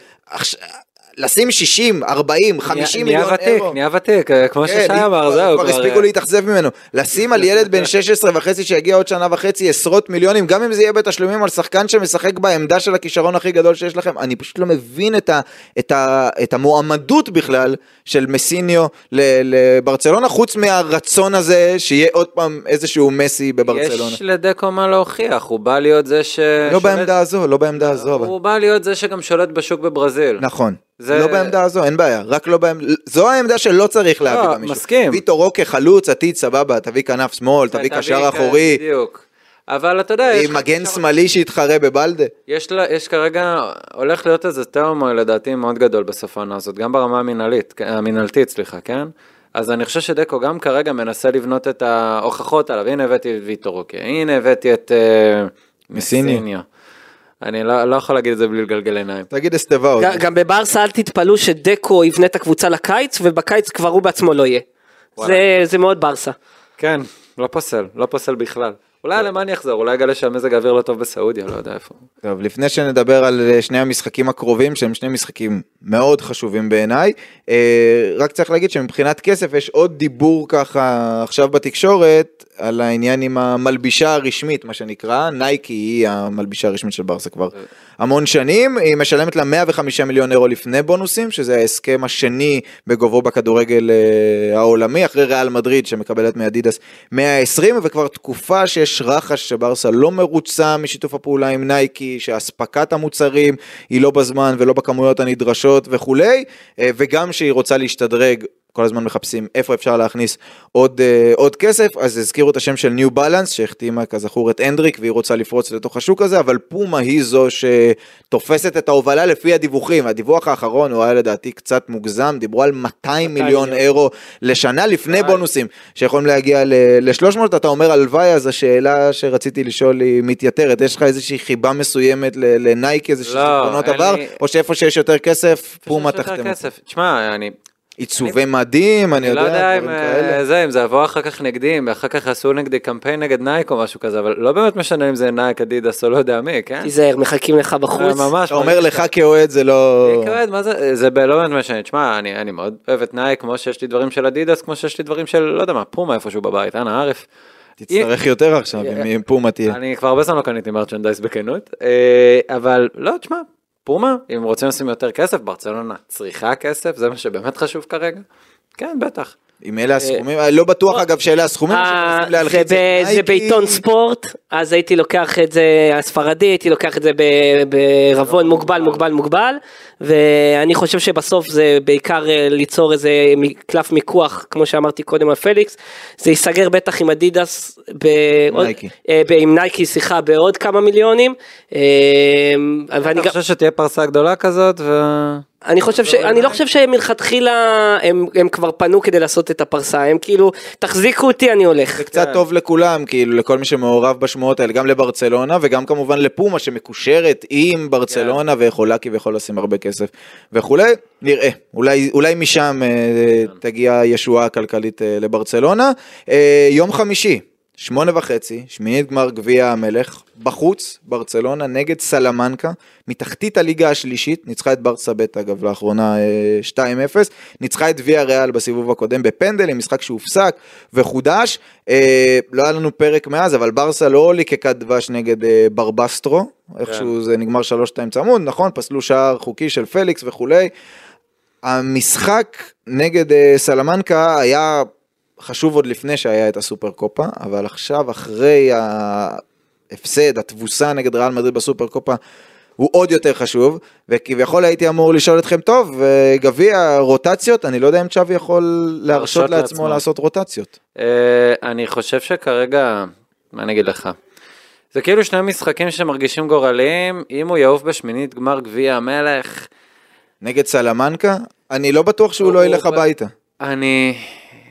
לשים 60, 40, 50 מיליון אירו. נהיה ותיק, כמו ששי אמר, זהו. כבר הספיקו להתאכזב ממנו. לשים על ילד בן 16 וחצי שיגיע עוד שנה וחצי עשרות מיליונים, גם אם זה יהיה בתשלומים על שחקן שמשחק בעמדה של הכישרון הכי גדול שיש לכם, אני פשוט לא מבין את המועמדות בכלל של מסיניו לברצלונה, חוץ מהרצון הזה שיהיה עוד פעם איזשהו מסי בברצלונה. יש לדקו מה להוכיח, הוא בא להיות זה ש... לא בעמדה הזו, לא בעמדה הזו. הוא בא להיות זה שגם שולט בשוק בברזיל. נכון. לא בעמדה הזו, אין בעיה, רק לא בעמדה, זו העמדה שלא צריך להביא במישהו. מסכים. ויטור רוקה, חלוץ, עתיד, סבבה, תביא כנף שמאל, תביא קשר אחורי. בדיוק. אבל אתה יודע, עם מגן שמאלי שהתחרה בבלדה. יש כרגע, הולך להיות איזה תאום לדעתי מאוד גדול בסוף העונה הזאת, גם ברמה המנהלתית, כן? אז אני חושב שדקו גם כרגע מנסה לבנות את ההוכחות עליו, הנה הבאתי את ויטור רוקה, הנה הבאתי את מסיניו. אני לא יכול להגיד את זה בלי לגלגל עיניים. תגיד אסטבאו. גם בברסה אל תתפלו שדקו יבנה את הקבוצה לקיץ, ובקיץ כבר הוא בעצמו לא יהיה. זה מאוד ברסה. כן, לא פוסל בכלל. אולי למען יחזור, אולי יגלה שהמזג האוויר לא טוב בסעודיה, לא יודע איפה. טוב, לפני שנדבר על שני המשחקים הקרובים, שהם שני משחקים מאוד חשובים בעיניי, רק צריך להגיד שמבחינת כסף יש עוד דיבור ככה עכשיו בתקשורת, על העניין עם המלבישה הרשמית, מה שנקרא, נייקי היא המלבישה הרשמית של ברסה כבר המון שנים, היא משלמת לה 105 מיליון אירו לפני בונוסים, שזה ההסכם השני בגובו בכדורגל העולמי, אחרי ריאל מדריד שמקבלת מאדידס 120, וכבר תקופה שיש רחש שברסה לא מרוצה משיתוף הפעולה עם נייקי, שהספקת המוצרים היא לא בזמן ולא בכמויות הנדרשות וכולי, וגם שהיא רוצה להשתדרג, כל הזמן מחפשים איפה אפשר להכניס עוד כסף, אז הזכירו את השם של ניו בלנס, שהחתימה כזכור את אנדריק, והיא רוצה לפרוץ לתוך השוק הזה, אבל פומה היא זו שתופסת את ההובלה לפי הדיווחים, הדיווח האחרון הוא היה לדעתי קצת מוגזם, דיברו על 200 מיליון אירו לשנה לפני בונוסים, שיכולים להגיע ל-300, אתה אומר הלוואי, אז השאלה שרציתי לשאול היא מתייתרת, יש לך איזושהי חיבה מסוימת לנייק, איזושהי זיכרונות עבר, או שאיפה שיש יותר כסף, פומה תחתמו. תשמע, עיצובי מדים, אני יודע, דברים כאלה. אם זה עבור אחר כך נגדים, ואחר כך עשו נגדי קמפיין נגד נייק או משהו כזה, אבל לא באמת משנה אם זה נייק, אדידס או לא יודע מי, כן? תיזהר, מחכים לך בחוץ. אתה אומר לך כאוהד זה לא... כאוהד, מה זה? זה לא באמת משנה. תשמע, אני מאוד אוהב את נייק, כמו שיש לי דברים של אדידס, כמו שיש לי דברים של, לא יודע מה, פומה איפשהו בבית, אנא ערף. תצטרך יותר עכשיו, אם פומה תהיה. אני כבר הרבה זמן לא קניתי מרצ'נדייז בכנות, אבל לא, תשמע, פומה, אם רוצים לשים יותר כסף, ברצלונה צריכה כסף, זה מה שבאמת חשוב כרגע. כן, בטח. עם אלה הסכומים, לא בטוח אגב שאלה הסכומים, זה בעיתון ספורט, אז הייתי לוקח את זה, הספרדי, הייתי לוקח את זה ברבון מוגבל, ואני חושב שבסוף זה בעיקר ליצור איזה קלף מיקוח, כמו שאמרתי קודם על פליקס, זה ייסגר בטח עם אדידס, עם נייקי, שיחה, בעוד כמה מיליונים. אני חושב שתהיה פרסה גדולה כזאת, אני לא חושב שהם מלכתחילה, הם כבר פנו כדי לעשות את הפרסה, הם כאילו, תחזיקו אותי, אני הולך. זה קצת טוב לכולם, כאילו, לכל מי שמעורב בשמועות האלה, גם לברצלונה, וגם כמובן לפומה, שמקושרת עם ברצלונה, ויכולה כביכול לשים הרבה כסף, וכולי, נראה, אולי משם תגיע ישועה כלכלית לברצלונה. יום חמישי, 8:30, שמינית גמר גביע המלך, בחוץ, ברצלונה, נגד סלמנקה, מתחתית הליגה השלישית, ניצחה את ברסה בית, אגב, לאחרונה 2-0, ניצחה את ויה ריאל בסיבוב הקודם בפנדל, עם משחק שהופסק וחודש, לא היה לנו פרק מאז, אבל ברסה לא ליקקה דבש נגד ברבסטרו, איכשהו זה נגמר 3-2 צמוד, נכון, פסלו שער חוקי של פליקס וכולי, המשחק נגד סלמנקה היה חשוב עוד לפני שהיה את הסופר קופה, אבל עכשיו אחרי ההפסד, התבוסה נגד ריאל מדריד בסופר קופה, הוא עוד יותר חשוב, וכביכול הייתי אמור לשאול אתכם טוב, גביע רוטציות, אני לא יודע אם צ'אבי יכול להרשות לעצמו לעשות רוטציות. אני חושב שכרגע, מה אני אגיד לך? זה כאילו שני משחקים שמרגישים גורליים, אם הוא יעוף בשמינית גמר גביע המלך. נגד סלמנקה, אני לא בטוח שהוא לא ילך הביתה.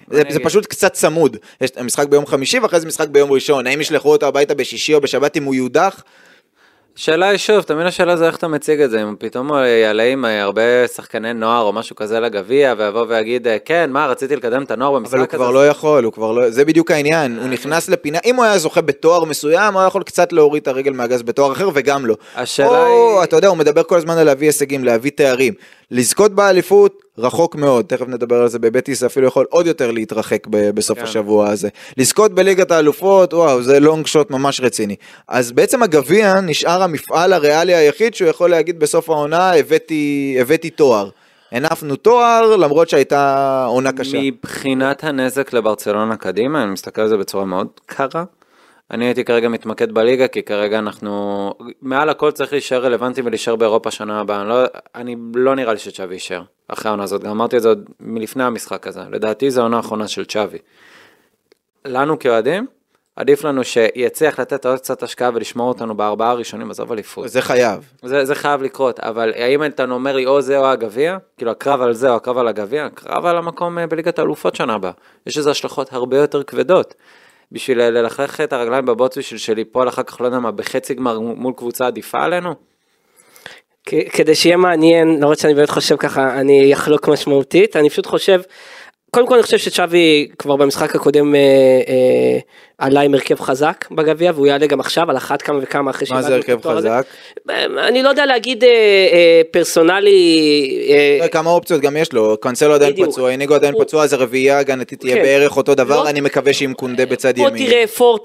זה פשוט קצת צמוד, יש משחק ביום חמישי ואחרי זה משחק ביום ראשון, האם ישלחו אותו הביתה בשישי או בשבת אם הוא יודח? שאלה היא שוב, תמיד השאלה זה איך אתה מציג את זה, אם פתאום יעלה עם הרבה שחקני נוער או משהו כזה לגביע, ויבוא ויגיד, כן, מה, רציתי לקדם את הנוער במשחק הזה. אבל הוא כבר לא יכול, זה בדיוק העניין, הוא נכנס לפינה, אם הוא היה זוכה בתואר מסוים, הוא יכול קצת להוריד את הרגל מהגז בתואר אחר, וגם לא. השאלה היא... אתה יודע, הוא מדבר כל הזמן על להביא הישגים, להביא תארים, לזכות באליפות, רחוק מאוד, תכף נדבר על זה בבטיס, אפילו יכול עוד יותר להתרחק בסוף השבוע הזה. לזכות בליגת האלופות, וואו, זה לונג שוט ממש רציני. אז בעצם הגביע נשאר המפעל הריאלי היחיד, שהוא יכול להגיד בסוף העונה, הבאתי תואר. הנפנו תואר, למרות שהייתה עונה קשה. מבחינת הנזק לברצלונה קדימה, אני מסתכל על זה בצורה מאוד קרה. אני הייתי כרגע מתמקד בליגה, כי כרגע אנחנו, מעל הכל צריך להישאר רלוונטי ולהישאר באירופה שנה הבאה. אני לא נראה לי שצ'אבי יישאר אחרי העונה הזאת. גם אמרתי את זה עוד מלפני המשחק הזה. לדעתי זה העונה האחרונה של צ'אבי. לנו כאוהדים, עדיף לנו שיצליח לתת עוד קצת השקעה ולשמור אותנו בארבעה הראשונים, עזוב אליפות. זה חייב. זה חייב לקרות, אבל האם אתה אומר לי או זה או הגביע, כאילו הקרב על זה או הקרב על הגביע, הקרב על המקום בליגת האלופות שנה הבאה. יש איזה השלכות הרבה יותר כבדות. בשביל ללכלך את הרגליים בבוץ בשביל שליפול אחר כך לא יודע מה, בחצי גמר מול קבוצה עדיפה עלינו? כדי שיהיה מעניין, לא רוצה שאני באמת חושב ככה, אני אחלוק משמעותית, אני פשוט חושב, קודם כל אני חושב שצ'אבי כבר במשחק הקודם עלה עם הרכב חזק בגביע, והוא יעלה גם עכשיו על אחת כמה וכמה אחרי מה זה הרכב חזק? אני לא יודע להגיד פרסונלי. כמה אופציות גם יש לו, קאנסלו עדיין פצוע, איניגו עדיין פצוע, אז הרביעייה הגנתית תהיה בערך אותו דבר, אני מקווה שעם קונדה בצד ימין. פה תראה פורט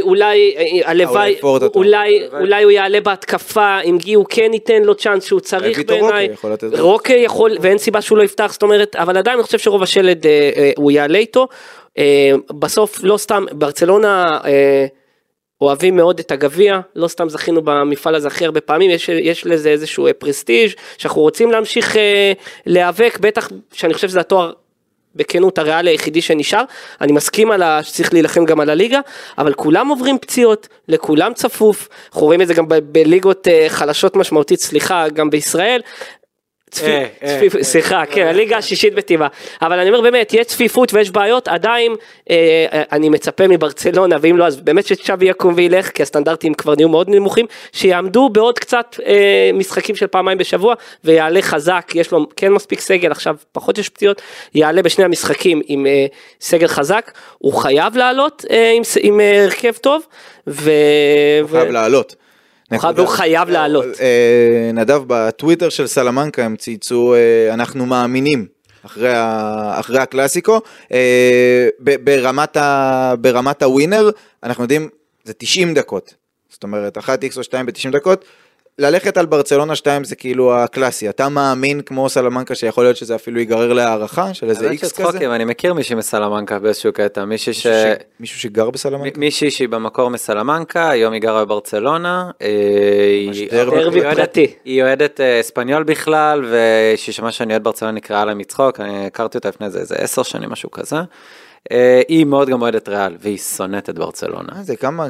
אולי הוא יעלה בהתקפה, אם גיאו כן ייתן לו צ'אנס שהוא צריך בעיניי. רוקה יכול, ואין סיבה שהוא לא יפתח, זאת אומרת, אבל עדיין אני חושב שרוב השלד הוא יעלה איתו. בסוף לא סתם ברצלונה אוהבים מאוד את הגביע, לא סתם זכינו במפעל הזה הכי הרבה פעמים, יש לזה איזשהו פרסטיג' שאנחנו רוצים להמשיך להיאבק, בטח שאני חושב שזה התואר בכנות הריאלי היחידי שנשאר, אני מסכים שצריך להילחם גם על הליגה, אבל כולם עוברים פציעות, לכולם צפוף, אנחנו רואים את זה גם בליגות חלשות משמעותית, סליחה, גם בישראל, סליחה, כן, הליגה השישית בטבעה, אבל אני אומר באמת, יש צפיפות ויש בעיות, עדיין אני מצפה מברצלונה, ואם לא, אז באמת שצ'אבי יקום וילך, כי הסטנדרטים כבר נהיו מאוד נמוכים, שיעמדו בעוד קצת משחקים של פעמיים בשבוע, ויעלה חזק, יש לו כן מספיק סגל, עכשיו פחות יש פציעות, יעלה בשני המשחקים עם סגל חזק, הוא חייב לעלות עם הרכב טוב, הוא חייב לעלות. הוא חייב לעלות. נדב, בטוויטר של סלמנקה הם צייצו, אנחנו מאמינים אחרי הקלאסיקו, ברמת הווינר, אנחנו יודעים, זה 90 דקות, זאת אומרת, 1x או 2 ב-90 דקות, ללכת על ברצלונה 2 זה כאילו הקלאסי, אתה מאמין כמו סלמנקה שיכול להיות שזה אפילו ייגרר להערכה של איזה איקס כזה? אני מכיר מישהי מסלמנקה באיזשהו קטע, מישהו שגר בסלמנקה? מישהי שהיא במקור מסלמנקה, היום היא גרה בברצלונה, היא אוהדת אספניול בכלל, וששמע שאני אוהד ברצלונה נקראה לה מצחוק, אני הכרתי אותה לפני איזה 10 שנים, משהו כזה. היא מאוד גם אוהדת ריאל, והיא שונאת את ברצלונה. זה כמה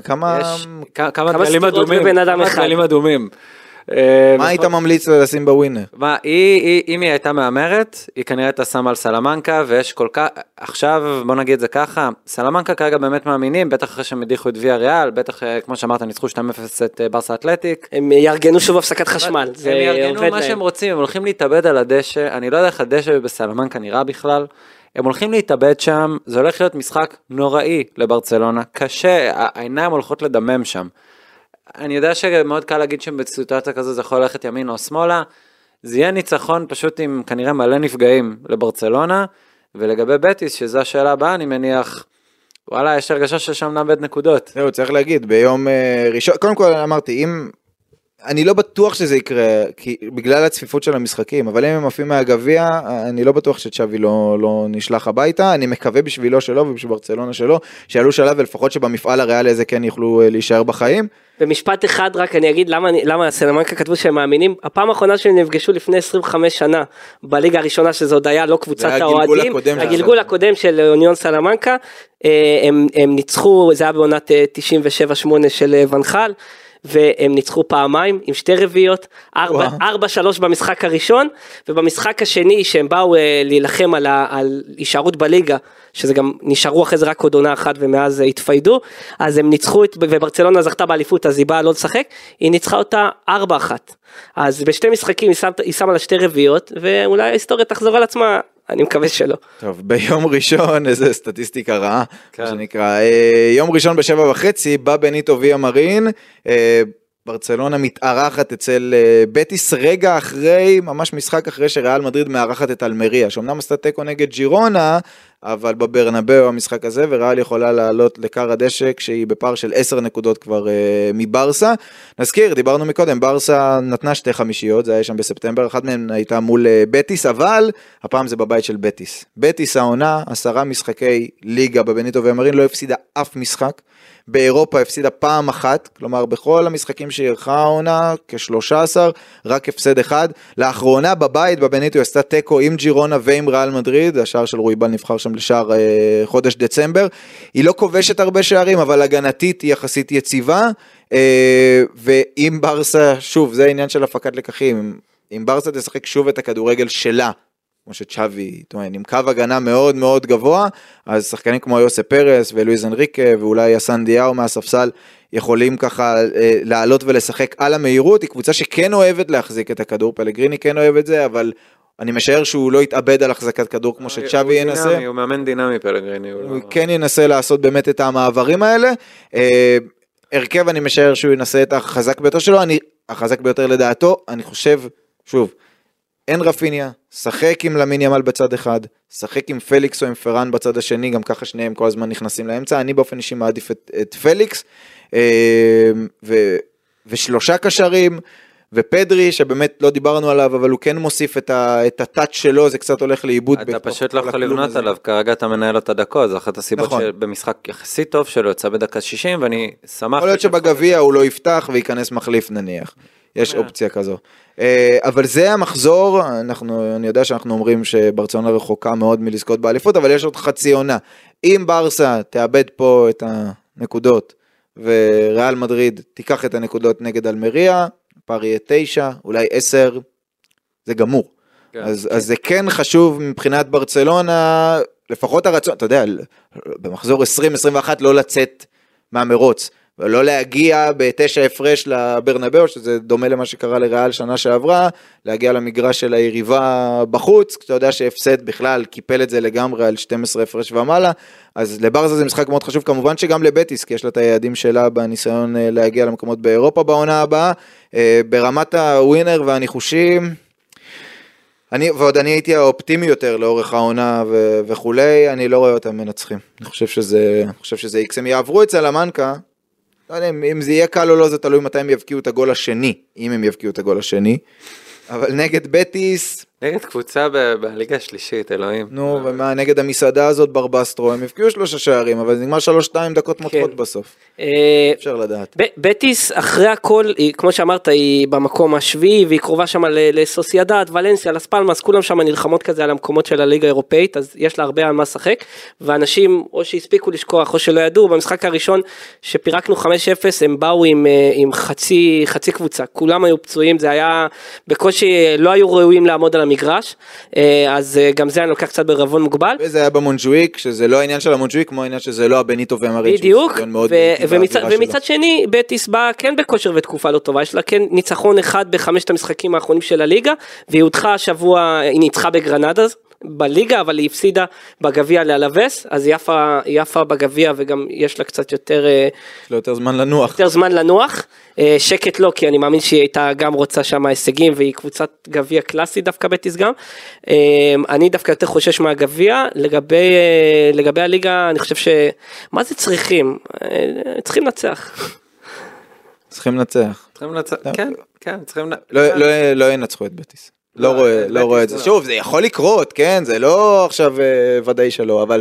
דגלים אדומים. מה היית ממליץ לשים בווינר? אם היא הייתה מאמרת, היא כנראה הייתה שמה על סלמנקה, ויש כל כך, עכשיו בוא נגיד זה ככה, סלמנקה כרגע באמת מאמינים, בטח אחרי שהם הדיחו את ויה ריאל, בטח כמו שאמרת, ניצחו 2-0 את ברסה אתלטיק. הם יארגנו שוב הפסקת חשמל. הם יארגנו מה שהם רוצים, הם הולכים להתאבד על הדשא, אני לא יודע איך הדשא בסלמנקה נראה בכלל, הם הולכים להתאבד שם, זה הולך להיות משחק נוראי לברצלונה, קשה, העיניים הולכות לדמם שם. אני יודע שמאוד קל להגיד שבסיטואציה כזו זה יכול ללכת ימין או שמאלה, זה יהיה ניצחון פשוט עם כנראה מלא נפגעים לברצלונה, ולגבי בטיס, שזו השאלה הבאה, אני מניח, וואלה, יש הרגשה ששם נאבד נקודות. זהו, צריך להגיד, ביום ראשון, קודם כל אמרתי, אני לא בטוח שזה יקרה, בגלל הצפיפות של המשחקים, אבל אם הם עפים מהגביע, אני לא בטוח שצ'אבי לא נשלח הביתה, אני מקווה בשבילו שלו ובשביל ברצלונה שלו, שיעלו שלב ולפחות שבמפעל הריאלי הזה כן יוכלו להישאר בחיים. במשפט אחד רק אני אגיד למה סלמנקה כתבו שהם מאמינים, הפעם האחרונה שהם נפגשו לפני 25 שנה, בליגה הראשונה שזו עוד היה לא קבוצת האוהדים, הגלגול הקודם של אוניון סלמנקה, הם ניצחו, זה היה בעונת 97-8 של ונחל, והם ניצחו פעמיים עם 2 רביעיות, 4-3 במשחק הראשון, ובמשחק השני שהם באו להילחם על הישארות בליגה, שזה גם נשארו אחרי זה רק עוד עונה אחת ומאז התפיידו, אז הם ניצחו, וברצלונה זכתה באליפות, אז היא באה לא לשחק, היא ניצחה אותה 4-1, אז בשתי משחקים היא שמה לה 2 רביעיות, ואולי ההיסטוריה תחזור על עצמה, אני מקווה שלא. טוב, ביום ראשון, איזה סטטיסטיקה רעה, מה שנקרא, יום ראשון ב7:30, בא בניטו ויה מרין, ברצלונה מתארחת אצל בטיס רגע אחרי, ממש משחק אחרי שריאל מדריד מארחת את אלמריה, שאומנם עשתה תיקו נגד ג'ירונה, אבל בברנבאו המשחק הזה, וריאל יכולה לעלות לקר הדשא, כשהיא בפער של 10 נקודות כבר מברסה. נזכיר, דיברנו מקודם, ברסה נתנה 2 חמישיות, זה היה שם בספטמבר, אחת מהן הייתה מול בטיס, אבל הפעם זה בבית של בטיס. בטיס העונה, 10 משחקי ליגה בבניטו ומרין, לא הפסידה אף משחק, באירופה הפסידה פעם אחת, כלומר בכל המשחקים שערכה העונה, כ-13, רק הפסד אחד. לאחרונה בבית בבניטו עשתה תיקו עם ג'ירונה ועם ריאל מדריד, השער של רויבל נבחר שם לשער חודש דצמבר. היא לא כובשת הרבה שערים, אבל הגנתית היא יחסית יציבה, ועם ברסה, שוב, זה העניין של הפקת לקחים, אם ברסה תשחק שוב את הכדורגל שלה, כמו שצ'אבי, עם קו הגנה מאוד מאוד גבוה, אז שחקנים כמו יוסף פרס ולואיז אנריקה, ואולי אסן דיאו מהספסל, יכולים ככה לעלות ולשחק על המהירות. היא קבוצה שכן אוהבת להחזיק את הכדור, פלגריני כן אוהב את זה, אבל אני משער שהוא לא יתאבד על החזקת כדור כמו שצ'אבי ינסה. הוא מאמן דינמי פלגריני. הוא כן ינסה לעשות באמת את המעברים האלה. הרכב אני משער שהוא ינסה את החזק ביותר שלו, החזק ביותר לדעתו, אני חושב, שוב, אין רפיניה, שחק עם למין ימל בצד אחד, שחק עם פליקס או עם פרן בצד השני, גם ככה שניהם כל הזמן נכנסים לאמצע, אני באופן אישי מעדיף את פליקס, ושלושה קשרים, ופדרי, שבאמת לא דיברנו עליו, אבל הוא כן מוסיף את הטאץ' שלו, זה קצת הולך לאיבוד. אתה פשוט לא יכול לבנות עליו, כרגע אתה מנהל אותה דקות, זו אחת הסיבות שבמשחק יחסית טוב שלו, יצא בדקה 60, ואני שמח. יכול להיות שבגביע הוא לא יפתח, וייכנס מחליף נניח. יש אופציה כזו. אבל זה המחזור, אני יודע שאנחנו אומרים שברצלונה רחוקה מאוד מלזכות באליפות, אבל יש עוד חצי עונה. אם ברסה תאבד פה את הנקודות, וריאל מדריד תיקח את הנקודות נגד אלמריה, פער יהיה 9, אולי 10, זה גמור. אז זה כן חשוב מבחינת ברצלונה, לפחות הרצון, אתה יודע, במחזור 20-21 לא לצאת מהמרוץ, ולא להגיע ב9 הפרש לברנבאו, שזה דומה למה שקרה לריאל שנה שעברה, להגיע למגרש של היריבה בחוץ, כשאתה יודע שהפסד בכלל קיפל את זה לגמרי על 12 הפרש ומעלה, אז לברזה זה משחק מאוד חשוב, כמובן שגם לבטיס, כי יש לה את היעדים שלה בניסיון להגיע למקומות באירופה בעונה הבאה, ברמת הווינר והניחושים, ועוד אני הייתי האופטימי יותר לאורך העונה וכולי, אני לא רואה אותם מנצחים, אני חושב שזה איקס, הם יעברו את סלמנקה, לא יודע, אם זה יהיה קל או לא, זה תלוי מתי הם יבקיעו את הגול השני, אם הם יבקיעו את הגול השני, אבל נגד בטיס... נגד קבוצה בליגה השלישית, אלוהים. נו, ומה, נגד המסעדה הזאת ברבסטרו, הם יבקיעו 3 שערים, אבל זה נגמר 3-2 דקות מותחות בסוף. אפשר לדעת. בטיס, אחרי הכל, כמו שאמרת, היא במקום השביעי, והיא קרובה שם לסוסיידד, ולנסיה, לספלמאס, כולם שם נלחמות כזה על המקומות של הליגה האירופאית, אז יש לה הרבה על מה לשחק, ואנשים, או שהספיקו לשכוח, או שלא ידעו, במשחק הראשון שפירקנו 5-0, הם באו עם חצי קבוצה, כולם היו פצועים, זה היה, בקושי לא היו ראויים לעמוד על המגרש, אז גם זה אני לוקח קצת ברבון מוגבל. וזה היה במונג'וויק, שזה לא העניין של המונג'וויק, כמו העניין שזה לא הבניטו ומרין. בדיוק, ומצד שני, בטיס באה כן בכושר ותקופה לא טובה, יש לה כן ניצחון אחד ב5 המשחקים האחרונים של הליגה, והיא הודחה השבוע, היא ניצחה בגרנדה בליגה, אבל היא הפסידה בגביע לאלווס, אז היא יפה בגביע, וגם יש לה קצת יותר זמן לנוח. יותר זמן לנוח, שקט לא, כי אני מאמין שהיא הייתה גם רוצה שם הישגים, והיא קבוצת גביע קלאסי דווקא בטיס גם. אני דווקא יותר חושש מהגביע, לגבי הליגה, אני חושב מה זה צריכים? צריכים לנצח. צריכים לנצח. כן, צריכים... לא ינצחו את בטיס. לא רואה את זה. שוב, זה יכול לקרות, כן? זה לא עכשיו ודאי שלא, אבל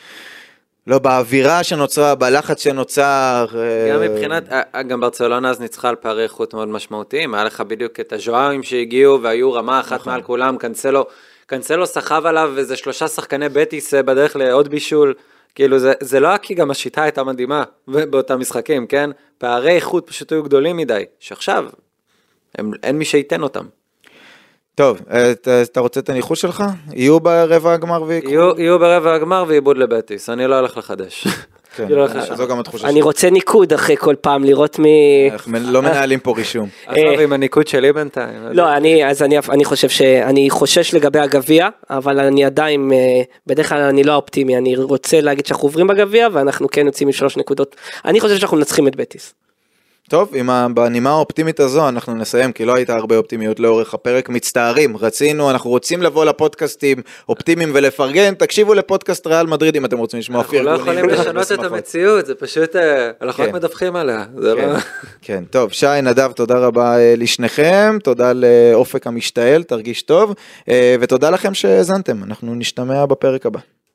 לא באווירה שנוצרה, בלחץ שנוצר. גם מבחינת, גם ברצלונה אז ניצחה על פערי איכות מאוד משמעותיים, היה לך בדיוק את הז'וארים שהגיעו והיו רמה אחת מעל כולם, קנסלו סחב עליו וזה 3 שחקני בטיס בדרך לעוד בישול, כאילו זה לא כי גם השיטה הייתה מדהימה באותם משחקים, כן? פערי איכות פשוט היו גדולים מדי, שעכשיו אין מי שייתן אותם. טוב, אתה רוצה את הניחוש שלך? יהיו ברבע הגמר יהיו ברבע הגמר ועיבוד לבטיס, אני לא הולך לחדש. זו גם התחושה אני רוצה ניקוד אחרי כל פעם, לראות מי... לא מנהלים פה רישום. עזוב עם הניקוד שלי בינתיים. לא, אני חושב שאני חושש לגבי הגביע, אבל אני עדיין, בדרך כלל אני לא אופטימי, אני רוצה להגיד שאנחנו עוברים בגביע, ואנחנו כן יוצאים מ3 נקודות. אני חושב שאנחנו מנצחים את בטיס. טוב, בנימה האופטימית הזו אנחנו נסיים, כי לא הייתה הרבה אופטימיות לאורך הפרק, מצטערים, אנחנו רוצים לבוא לפודקאסטים אופטימיים ולפרגן, תקשיבו לפודקאסט ריאל מדריד אם אתם רוצים לשמוע פרגונים. אנחנו לא יכולים לשנות את המציאות, זה פשוט, אנחנו רק מדווחים עליה. כן, טוב, שי, נדב, תודה רבה לשניכם, תודה לאופק המשתעל, תרגיש טוב, ותודה לכם שהזנתם, אנחנו נשתמע בפרק הבא.